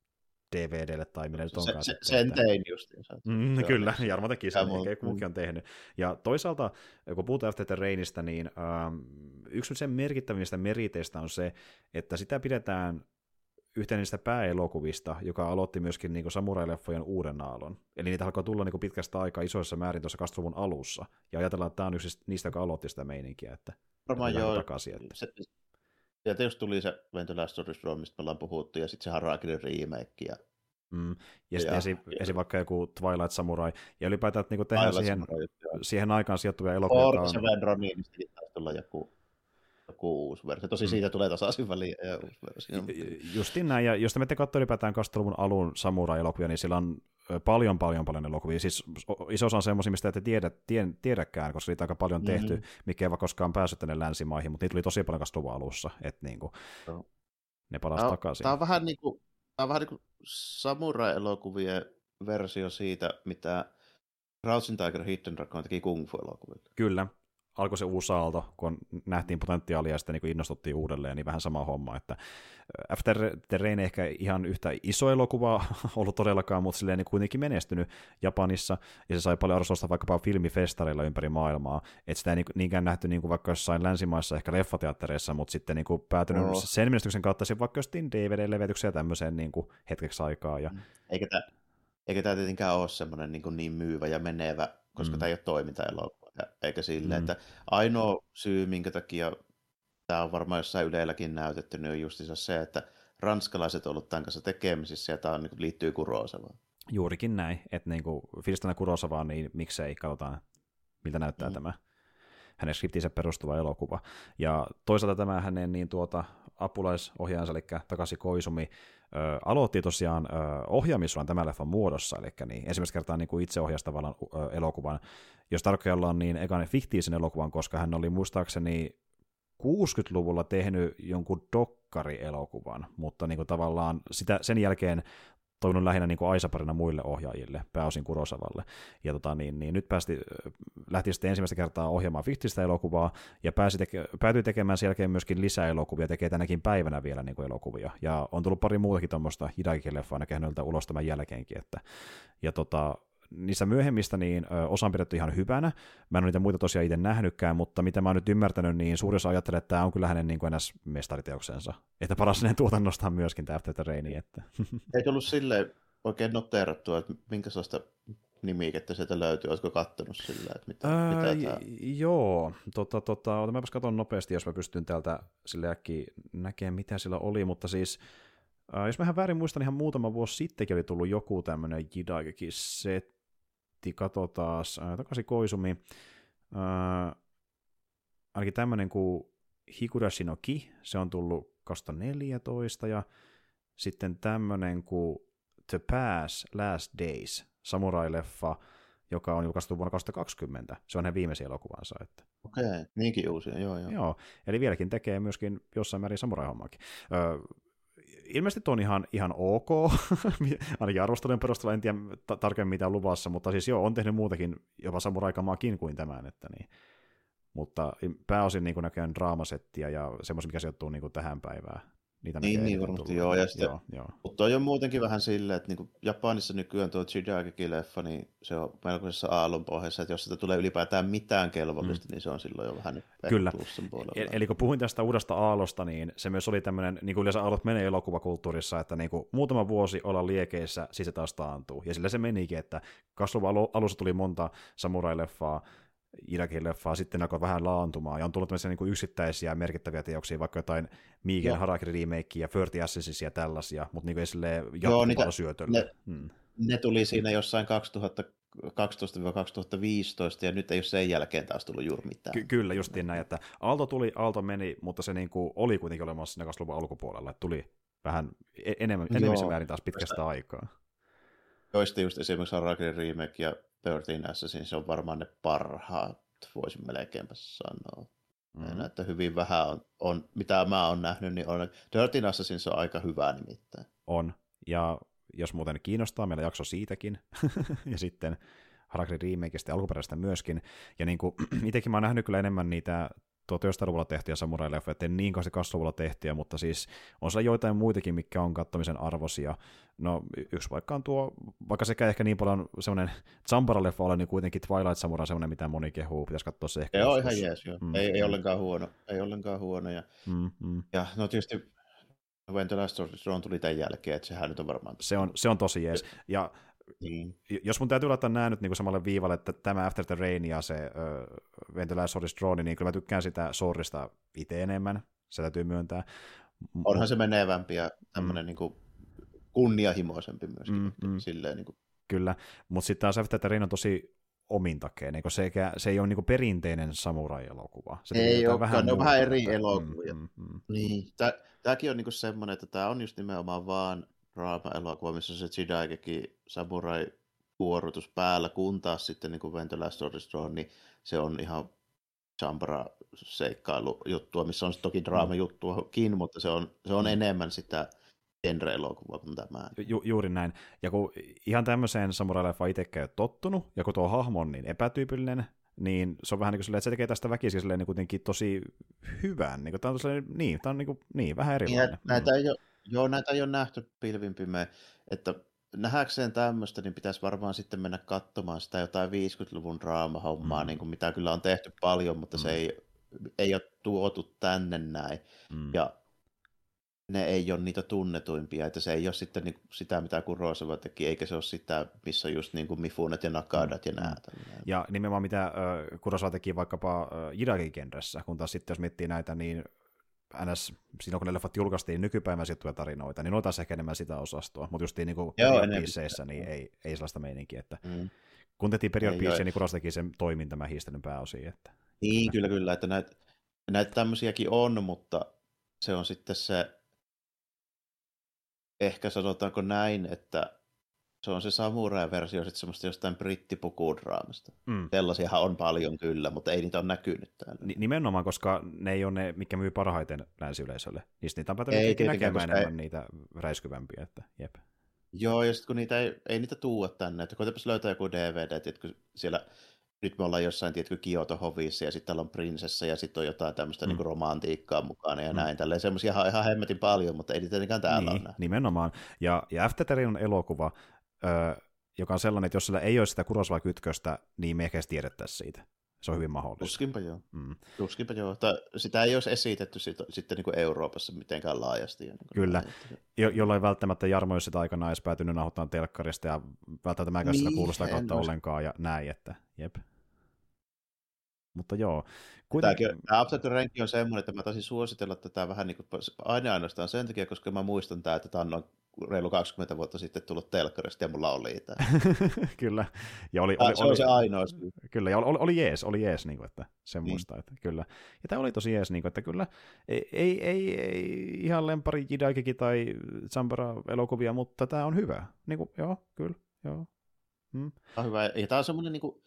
D V D:lle tai millä nyt onkaan. Se, se, sen tein just. Mm, se kyllä, Jarmo teki sen, eikä muukin on tehnyt. Ja toisaalta, kun puhutaan After the Rainista, niin ähm, yksi sen merkittävimmistä meriteistä on se, että sitä pidetään yhtenä niistä pääelokuvista, joka aloitti myöskin niin kuin samurai-leffojen uuden aallon. Eli niitä alkoi tulla niin kuin pitkästä aikaa isoissa määrin tuossa kaksituhattaluvun alussa. Ja ajatellaan, että tämä on yksi niistä, joka aloitti sitä meininkiä. Että varmaan joo. Takaisin, että... se, sieltä just tuli se When the Last Story From, mistä me ollaan puhuttu, ja sitten se Harakiri remake. Ja, mm. ja, ja sitten esi, esi vaikka joku Twilight Samurai, ja ylipäätään, että niinku tehdään siihen, siihen aikaan sijoittuvia elokuvia. Or Seven Ronin, niin sitten taisi tulla joku, joku uusi versio. Tosi mm. siitä tulee tasaisin väliin ja uusi versio. Justiin näin, ja jos te menette katsoa ylipäätään kaksituhattaluvun alun samurai-elokuvia, niin sillä on paljon, paljon, paljon elokuvia. Siis iso osa on semmoisia, mistä ette tiedä, tie, tiedäkään, koska niitä on aika paljon tehty, mm-hmm. mikä ei vaan koskaan päässyt tänne länsimaihin, mutta niitä tuli tosi paljon kaksituhattaluvun alussa, että niinku, no. ne palasi takaisin. Tämä on vähän niin kuin, tämä on vähän niin kuin samurai-elokuvien versio siitä, mitä Crouching Tiger, Hidden Dragon teki Kung Fu-elokuville. Kyllä. Alkoi se uusi aalto, kun nähtiin potentiaalia ja sitten niin innostuttiin uudelleen, niin vähän sama homma. Että After the Rain ei ehkä ihan yhtä iso elokuva ollut todellakaan, mutta silleen niin kuitenkin menestynyt Japanissa, ja se sai paljon arvostusta vaikkapa filmifestareilla ympäri maailmaa. Että sitä ei niinkään nähty niin kuin vaikka jossain länsimaissa, ehkä leffateattereissa, mutta sitten niin kuin päätynyt no. sen menestyksen kautta sen vaikka jostain D V D-levetyksiä ja tämmöiseen niin kuin hetkeksi aikaa. Ja... Eikä tämä eikä tämä tietenkään ole semmoinen niin, niin myyvä ja menevä, koska mm. tämä ei ole toimintaelokuva. Eikä silleen, mm. että ainoa syy, minkä takia tämä on varmaan jossain Ylelläkin näytetty, niin on justiinsa se, että ranskalaiset on ollut tämän kanssa tekemisissä, ja tämä on, niin kuin, liittyy Kurosawaan. Juurikin näin, että niin kuin Filistana Kurosawaan, niin miksei, katsotaan, miltä näyttää mm. tämä hänen skriptiinsä perustuva elokuva. Ja toisaalta tämä hänen niin tuota, apulaisohjaajansa, eli Takashi Koizumi, ö, aloitti tosiaan ö, ohjaamisuran tämän leffan muodossa, eli niin, ensimmäistä kertaa niin kuin itse ohjasi tavallaan ö, elokuvan, jos tarkoitellaan niin ekan fiktiivisen elokuvan, koska hän oli muistaakseni kuusikymmentäluvulla tehnyt jonkun dokkarielokuvan, mutta niin kuin tavallaan sitä, sen jälkeen toiminut lähinnä niin kuin aisaparina muille ohjaajille, pääosin Kurosavalle. Ja tota, niin, niin nyt päästi, lähti sitten ensimmäistä kertaa ohjaamaan fiktiivistä elokuvaa, ja pääsi teke, päätyi tekemään sen jälkeen myöskin lisäelokuvia, tekee tänäkin päivänä vielä niin kuin elokuvia. Ja on tullut pari muutakin tuommoista Hidaiki-leffaa näkään häneltä ulos tämän jälkeenkin. Että, ja tota, niissä myöhemmistä niin osa on pidetty ihan hyvänä. Mä en ole niitä muita tosiaan itse nähnytkään, mutta mitä mä oon nyt ymmärtänyt, niin suurin osa ajattelee, että tämä on kyllä hänen niin kuin ennäs mestariteoksensa. Että paras hänen tuotannostaan myöskin tämä After the Rain. Että... Ei tullut silleen oikein noteerattua, että minkä sellaista nimikettä sieltä löytyy. Oletko kattonut silleen, että mitä, öö, mitä tämä... Joo, tota, tota, mäpäs katson nopeasti, jos mä pystyn täältä sille äkkiä näkemään, mitä sillä oli, mutta siis äh, jos mä ihan väärin muistan, ihan muutama vuosi sittenkin oli tullut joku tämmöinen Jidaiki-setti. Katsotaan, takaisin Koizumi, äh, ainakin tämmöinen kuin Higurashi no Ki, se on tullut kaksituhattaneljätoista, ja sitten tämmöinen kuin The Pass Last Days, samurai-leffa, joka on julkaistu vuonna kaksituhattakaksikymmentä. Se on hänen viimeisiä elokuvansa. Että... Okei, okay, niinkin uusia, joo, joo. Joo, eli vieläkin tekee myöskin jossain määrin samurai-hommaakin. Öö, ilmeisesti tuo on ihan, ihan ok, ainakin arvostelujen perusteella en tiedä ta- tarkemmin mitä on luvassa, mutta siis joo, on tehnyt muutakin, jopa samuraikamaakin kuin tämän, että niin. Mutta pääosin niin näköjään draamasettiä ja semmoisia, mikä sijoittuu niin tähän päivään. Niitä niin, niin varmasti joo, ja sitten, joo, joo. Mutta on muutenkin vähän silleen, että niin Japanissa nykyään tuo Chidaikeki-leffa, niin se on melkoisessa aallonpohjassa, että jos sitä tulee ylipäätään mitään kelvollista, mm. niin se on silloin jo vähän Kyllä, eli, eli kun puhuin tästä uudesta aallosta, niin se myös oli tämmöinen, niin kuin yleensä aallot menee elokuvakulttuurissa, että niin kuin muutama vuosi olla liekeissä, siis se taas taantuu, ja sillä se menikin, että kasvuluvun alussa tuli monta samurai-leffaa, Irakin leffaa, sitten alkoi vähän laantumaan, ja on tullut tämmöisiä niin yksittäisiä merkittäviä teoksia, vaikka jotain Miiken Harakiri-remakea ja Thirty Assassins ja tällaisia, mutta niin ei silleen jatkuvalla syötöllä. Ne, hmm. ne tuli siinä jossain kaksituhattakaksitoista kaksituhattaviisitoista, ja nyt ei ole sen jälkeen taas tullut juuri mitään. Ky- kyllä, justiin näin, että Aalto tuli, Aalto meni, mutta se niin kuin oli kuitenkin olemassa siinä kaksikymmentäluvun alkupuolella, että tuli vähän enemmän, enemmän määrin taas pitkästä aikaa. Joista just esimerkiksi Harakirin remake ja Thirteen Assassin, se on varmaan ne parhaat, voisin melkeinpä sanoa. Mm-hmm. Että hyvin vähän on, on, mitä mä oon nähnyt, niin on. Thirteen Assassin on aika hyvä nimittäin. On, ja jos muuten kiinnostaa, meillä jakso siitäkin, ja sitten Harakirin remakeista ja alkuperäistä myöskin, ja niin kuin itsekin mä oon nähnyt kyllä enemmän niitä tuhatyhdeksänsataaluvulla tehtyjä samurai-leffoja, ettei niin kauheasti kasvuluvulla tehtyjä, mutta siis on se joitain muitakin, mitkä on katsomisen arvoisia. No yksi vaikka on tuo, vaikka sekä ehkä niin paljon semmoinen Zambara-leffa ole, niin kuitenkin Twilight Samurai semmoinen, mitä moni kehuu, pitäisi katsoa se ehkä. Joo, ihan jees, joo. Mm. Ei, ei ollenkaan huono, ei ollenkaan huono. Ja, mm, mm. ja no tietysti When the Last Throne tuli tämän jälkeen, että sehän nyt on varmaan... Se on, se on tosi jees. Ja niin. Jos mun täytyy laittaa nämä nyt niin kuin samalle viivalle, että tämä After the Rain ja se uh, When the Last Sword is Drawn, niin kyllä mä tykkään sitä Swordista itse enemmän, se täytyy myöntää. Onhan se menevämpi ja tämmöinen mm. niin kuin kunnianhimoisempi myöskin. Mm, mm. Silleen, niin kuin. Kyllä, mutta sitten taas After the Rain on tosi omintakeen, niin se, se ei ole niin kuin perinteinen samurai-elokuva. Se ei ole, vähän ne on vähän eri elokuvia. Mm, mm, mm. Niin. Tämäkin on niin kuin semmoinen, että tämä on just nimenomaan vaan draama-elokuva, missä se Chidaikeki samurai-kuorutus päällä, kun taas sitten niin kuin When the Last Sword is Drawn, niin se on ihan Chambara-seikkailujuttua, missä on toki draama-juttuakin, mutta se on, se on enemmän sitä genre-elokuvaa kuin tämä. Ju, juuri näin. Ja kun ihan tämmöiseen samurai-leffaan itsekään ei ole tottunut, ja kun tuo hahmo on niin epätyypillinen, niin se on vähän niin kuin silleen, että se tekee tästä väkisin silleen niin kuitenkin tosi hyvän. Niin, tämä on, silleen, niin, tämä on niin, kuin, niin vähän erilainen. Näitä ei ole, joo, näitä ei ole nähty pilvin pimeä, että nähdäkseen tämmöistä, niin pitäisi varmaan sitten mennä katsomaan sitä jotain viisikymmentäluvun draamahommaa, mm. niin kuin mitä kyllä on tehty paljon, mutta mm. se ei, ei ole tuotu tänne näin. Mm. Ja ne ei ole niitä tunnetuimpia, että se ei ole sitten niin sitä, mitä Kurosawa teki, eikä se ole sitä, missä on just niin kuin Mifunet ja Nakadat ja nää. Ja nimenomaan mitä äh, Kurosawa teki vaikkapa äh, Jidaki-genressä, kun taas sitten jos miettii näitä, niin ns. Siinä kun ne leffat julkaistiin nykypäivän sijoittuja tarinoita, niin on taas ehkä enemmän sitä osastoa, mutta justiin niin kuin period-piisseissä niin ei, ei sellaista meininkiä, että mm. kun tehtiin period-piissejä, niin Kurosawa teki sen toiminta mä hiistänyt pääosiin. Että... Niin, kyllä, kyllä, että näitä, näitä tämmöisiäkin on, mutta se on sitten se ehkä sanotaanko näin, että se on se samurai-versio sitten semmoista jostain brittipukudraamasta. Mm. Sellaisiahan on paljon kyllä, mutta ei niitä ole näkynyt täällä. N- nimenomaan, koska ne ei ole ne, mikä myy parhaiten länsiyleisölle. Niistä niitä on päätänyt näkemään enemmän ei... niitä räiskyvämpiä. Että, jep. Joo, ja sitten kun niitä ei, ei niitä tuua tänne, että koetapas löytää joku D V D, että siellä nyt me ollaan jossain, tiedätkö, Kioto-hovissa, ja sitten täällä on prinsessa, ja sitten on jotain tämmöistä mm. niin kuin romantiikkaa mukana, ja mm. näin. Tälleen semmoisia ihan hemmetin paljon, mutta ei niitä tietenkään täällä niin, ole nähty. Nimenomaan. Ja, ja After the Rain on elokuva, ö, joka on sellainen, että jos sillä ei ole sitä Kurosawa-kytköstä, niin me ehkä edes tiedettäisiin siitä. Se on hyvin mahdollista. Tuskinpä joo. Mm. Tuskinpä joo. Tai sitä ei olisi esitetty sit, sitten niin kuin Euroopassa mitenkään laajasti. Niin Kyllä, jo, jolloin välttämättä Jarmo olisi sitä aikana edes päätynyt nauhoittamaan telkkarista, ja välttämättä mä en niin, kuulostaa kautta ollenkaan, ja näin, että jep. Mutta joo. Kuiten... Tämä After the Rain on semmoinen, että mä taisin suositella tätä vähän niin kuin aina ainoastaan sen takia, koska mä muistan tämä, että tämä on noin reilu kaksikymmentä vuotta sitten tullut telkkarista ja mulla oli tämä. Kyllä. Ja oli, oli, se on oli, se ainoa syy. Kyllä, ja oli, oli jees, oli jees, niin kuin, että sen niin. muistaa, että kyllä. Ja tämä oli tosi jees, niin kuin, että kyllä, ei, ei, ei, ei ihan lempari Jidaikeki tai Zambara-elokuvia, mutta tämä on hyvä. Niin kuin, joo, kyllä, joo. Mm. Tämä on hyvä, ja tämä on semmoinen niin kuin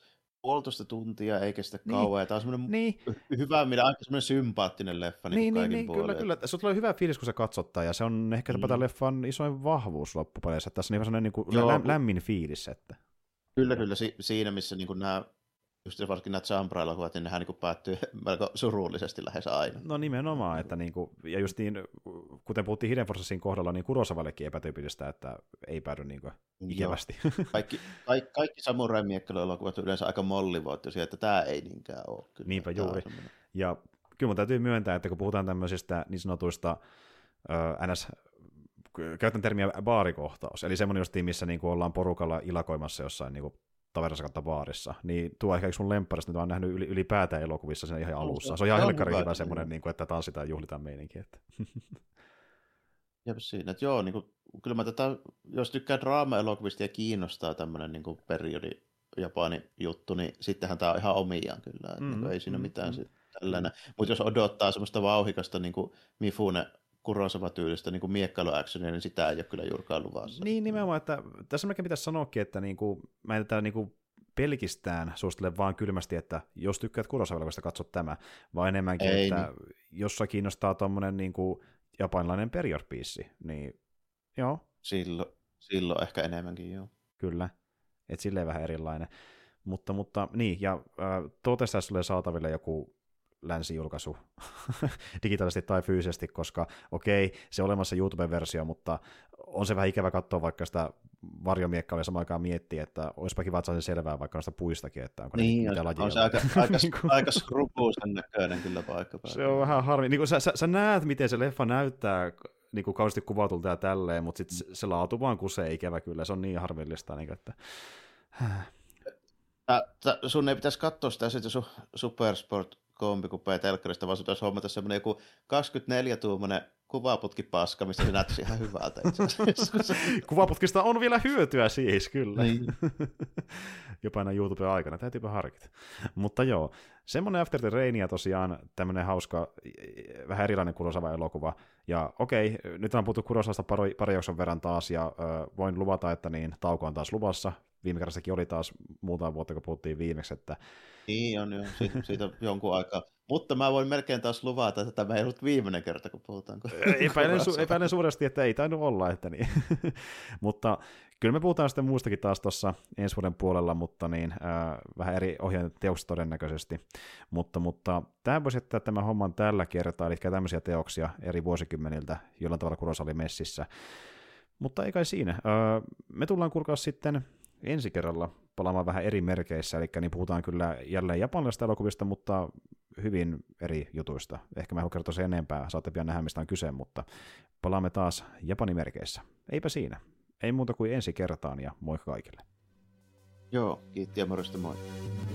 puolitoista tuntia, eikä sitä Niin. kauan. Ja tämä on semmoinen Niin. hyvä, millä aika semmoinen sympaattinen leffa niin, Niin, niin, kaikin niin puolin. kyllä, kyllä. Se tulee hyvä fiilis, kun se katsottaa, ja se on ehkä mm. tämän leffan isoin vahvuus loppupeleissä. Tässä on ihan sellainen niin kuin Joo, lä- kun- lämmin fiilis. Että... Kyllä, kyllä. Si- siinä, missä niin nämä, just varsinkin nämä Chambra-elokuvat, niin nehän niin päättyy melko surullisesti lähes aina. No nimenomaan, että niinku, ja just niin, kuten puhuttiin Hidden Forcesin kohdalla, niin Kurosavallekin epätyypillistä, että ei päädy niinku ikävästi. Kaikki, kaikki, kaikki samurai-miekkailuelokuvat on yleensä aika mollivoittoisia, että tämä ei niinkään ole. Kyllä. Niinpä Tää on juuri. semmoinen- Ja kyllä mun täytyy myöntää, että kun puhutaan tämmöisistä niin sanotuista ö, ns. Käytän termiä baarikohtaus, eli semmoinen justiin, missä niinku ollaan porukalla ilakoimassa jossain niinku taverassa kautta baarissa, niin tuo ehkä yksi mun lempparista, mitä olen nähnyt yli, ylipäätään elokuvissa siinä ihan alussa. Se on ihan Se on helkkari hyvä, hyvä kyllä. semmoinen, niinku, että tanssitaan ja juhlitaan meininki. Että. Jep, siinä, että joo, niin kuin, kyllä mä tätä, jos tykkää draama-elokuvista ja kiinnostaa tämmöinen niin kuin periodi Japanin juttu, niin sittenhän tämä on ihan omiaan kyllä, että Mm, niin kuin, ei siinä mm, mitään mm. sit tällainen. Mutta jos odottaa semmoista vauhikasta niin kuin Mifune Kurosawa-tyylistä niin kuin miekkailuactionia, niin sitä ei ole kyllä juurikaan luvassa. Niin nimenomaan, että tässä melkein pitäisi sanoakin, että niinku, mä en tätä niinku pelkistään suosittele vaan kylmästi, että jos tykkäät Kurosawa-elokuvista, katso tämä, vaan enemmänkin, Ei, että jos sua kiinnostaa tommonen niinku japanilainen period piece, niin joo, Silloin, silloin ehkä enemmänkin, joo. kyllä, että silleen vähän erilainen. Mutta, mutta niin, ja äh, toivottavasti tulee saataville joku länsijulkaisu digitaalisesti tai fyysisesti, koska okei, se on olemassa YouTube-versio, mutta on se vähän ikävä katsoa vaikka sitä varjomiekkaa ja samaan aikaan miettiä, että olisipa kiva, että saisin selvää vaikka noista puistakin, että onko Niin, ne mitä on, lajia. on se aika, aika, Niin kuin- aika skrupuusen näköinen kyllä paikka. Se on vähän harmi. Niin sä, sä, sä näet, miten se leffa näyttää niin kuin kauheasti kuvatulta ja tälleen, mutta sitten se, se laatu vaan kusee ikävä kyllä. Se on niin harmillista. Niin kuin, että... Tä, tä, sun ei pitäisi katsoa sitä sitten sun Supersport-kombi kupea telkkarista, vaan sun pitäisi hommata semmoinen joku kaksikymmentäneljä-tuumainen kuvaputkipaska, mistä se näyttäisi ihan hyvältä itse asiassa. Kuvaputkista on vielä hyötyä siis, kyllä. Niin. Jopa aina YouTuben aikana, täytyypä harkita. Mutta joo, semmoinen After the Rainia tosiaan, tämmöinen hauska, vähän erilainen Kurosawa-elokuva. Ja okei, nyt on puhuttu Kurosawasta pari, pari jakson verran taas, ja ö, voin luvata, että niin, tauko on taas luvassa. Viime kerrastakin oli taas muutama vuotta, kun puhuttiin viimeksi, että Niin on jo, siitä, siitä jonkun aikaa. Mutta mä voin melkein taas luvata, että tämä ei ollut viimeinen kerta, kun puhutaan. Kun epäilen, su- epäilen suuresti, että ei tainnut olla. Että niin. Mutta kyllä me puhutaan sitten muustakin taas tuossa ensi vuoden puolella, mutta niin, äh, vähän eri ohjaajan teoksia todennäköisesti. Mutta, mutta tämä voisi jättää tämän homman tällä kertaa, eli tämmöisiä teoksia eri vuosikymmeniltä, jollain tavalla Kurosawa oli messissä. Mutta ei kai siinä. Äh, me tullaan kuulkaa sitten ensi kerralla palaamaan vähän eri merkeissä, eli niin puhutaan kyllä jälleen japanilaisista elokuvista, mutta hyvin eri jutuista. Ehkä mä en kertoa sen enempää, saatte pian nähdä, mistä on kyse, mutta palaamme taas Japanin merkeissä. Eipä siinä. Ei muuta kuin ensi kertaan ja moikka kaikille. Joo, kiitti ja morjesta moi.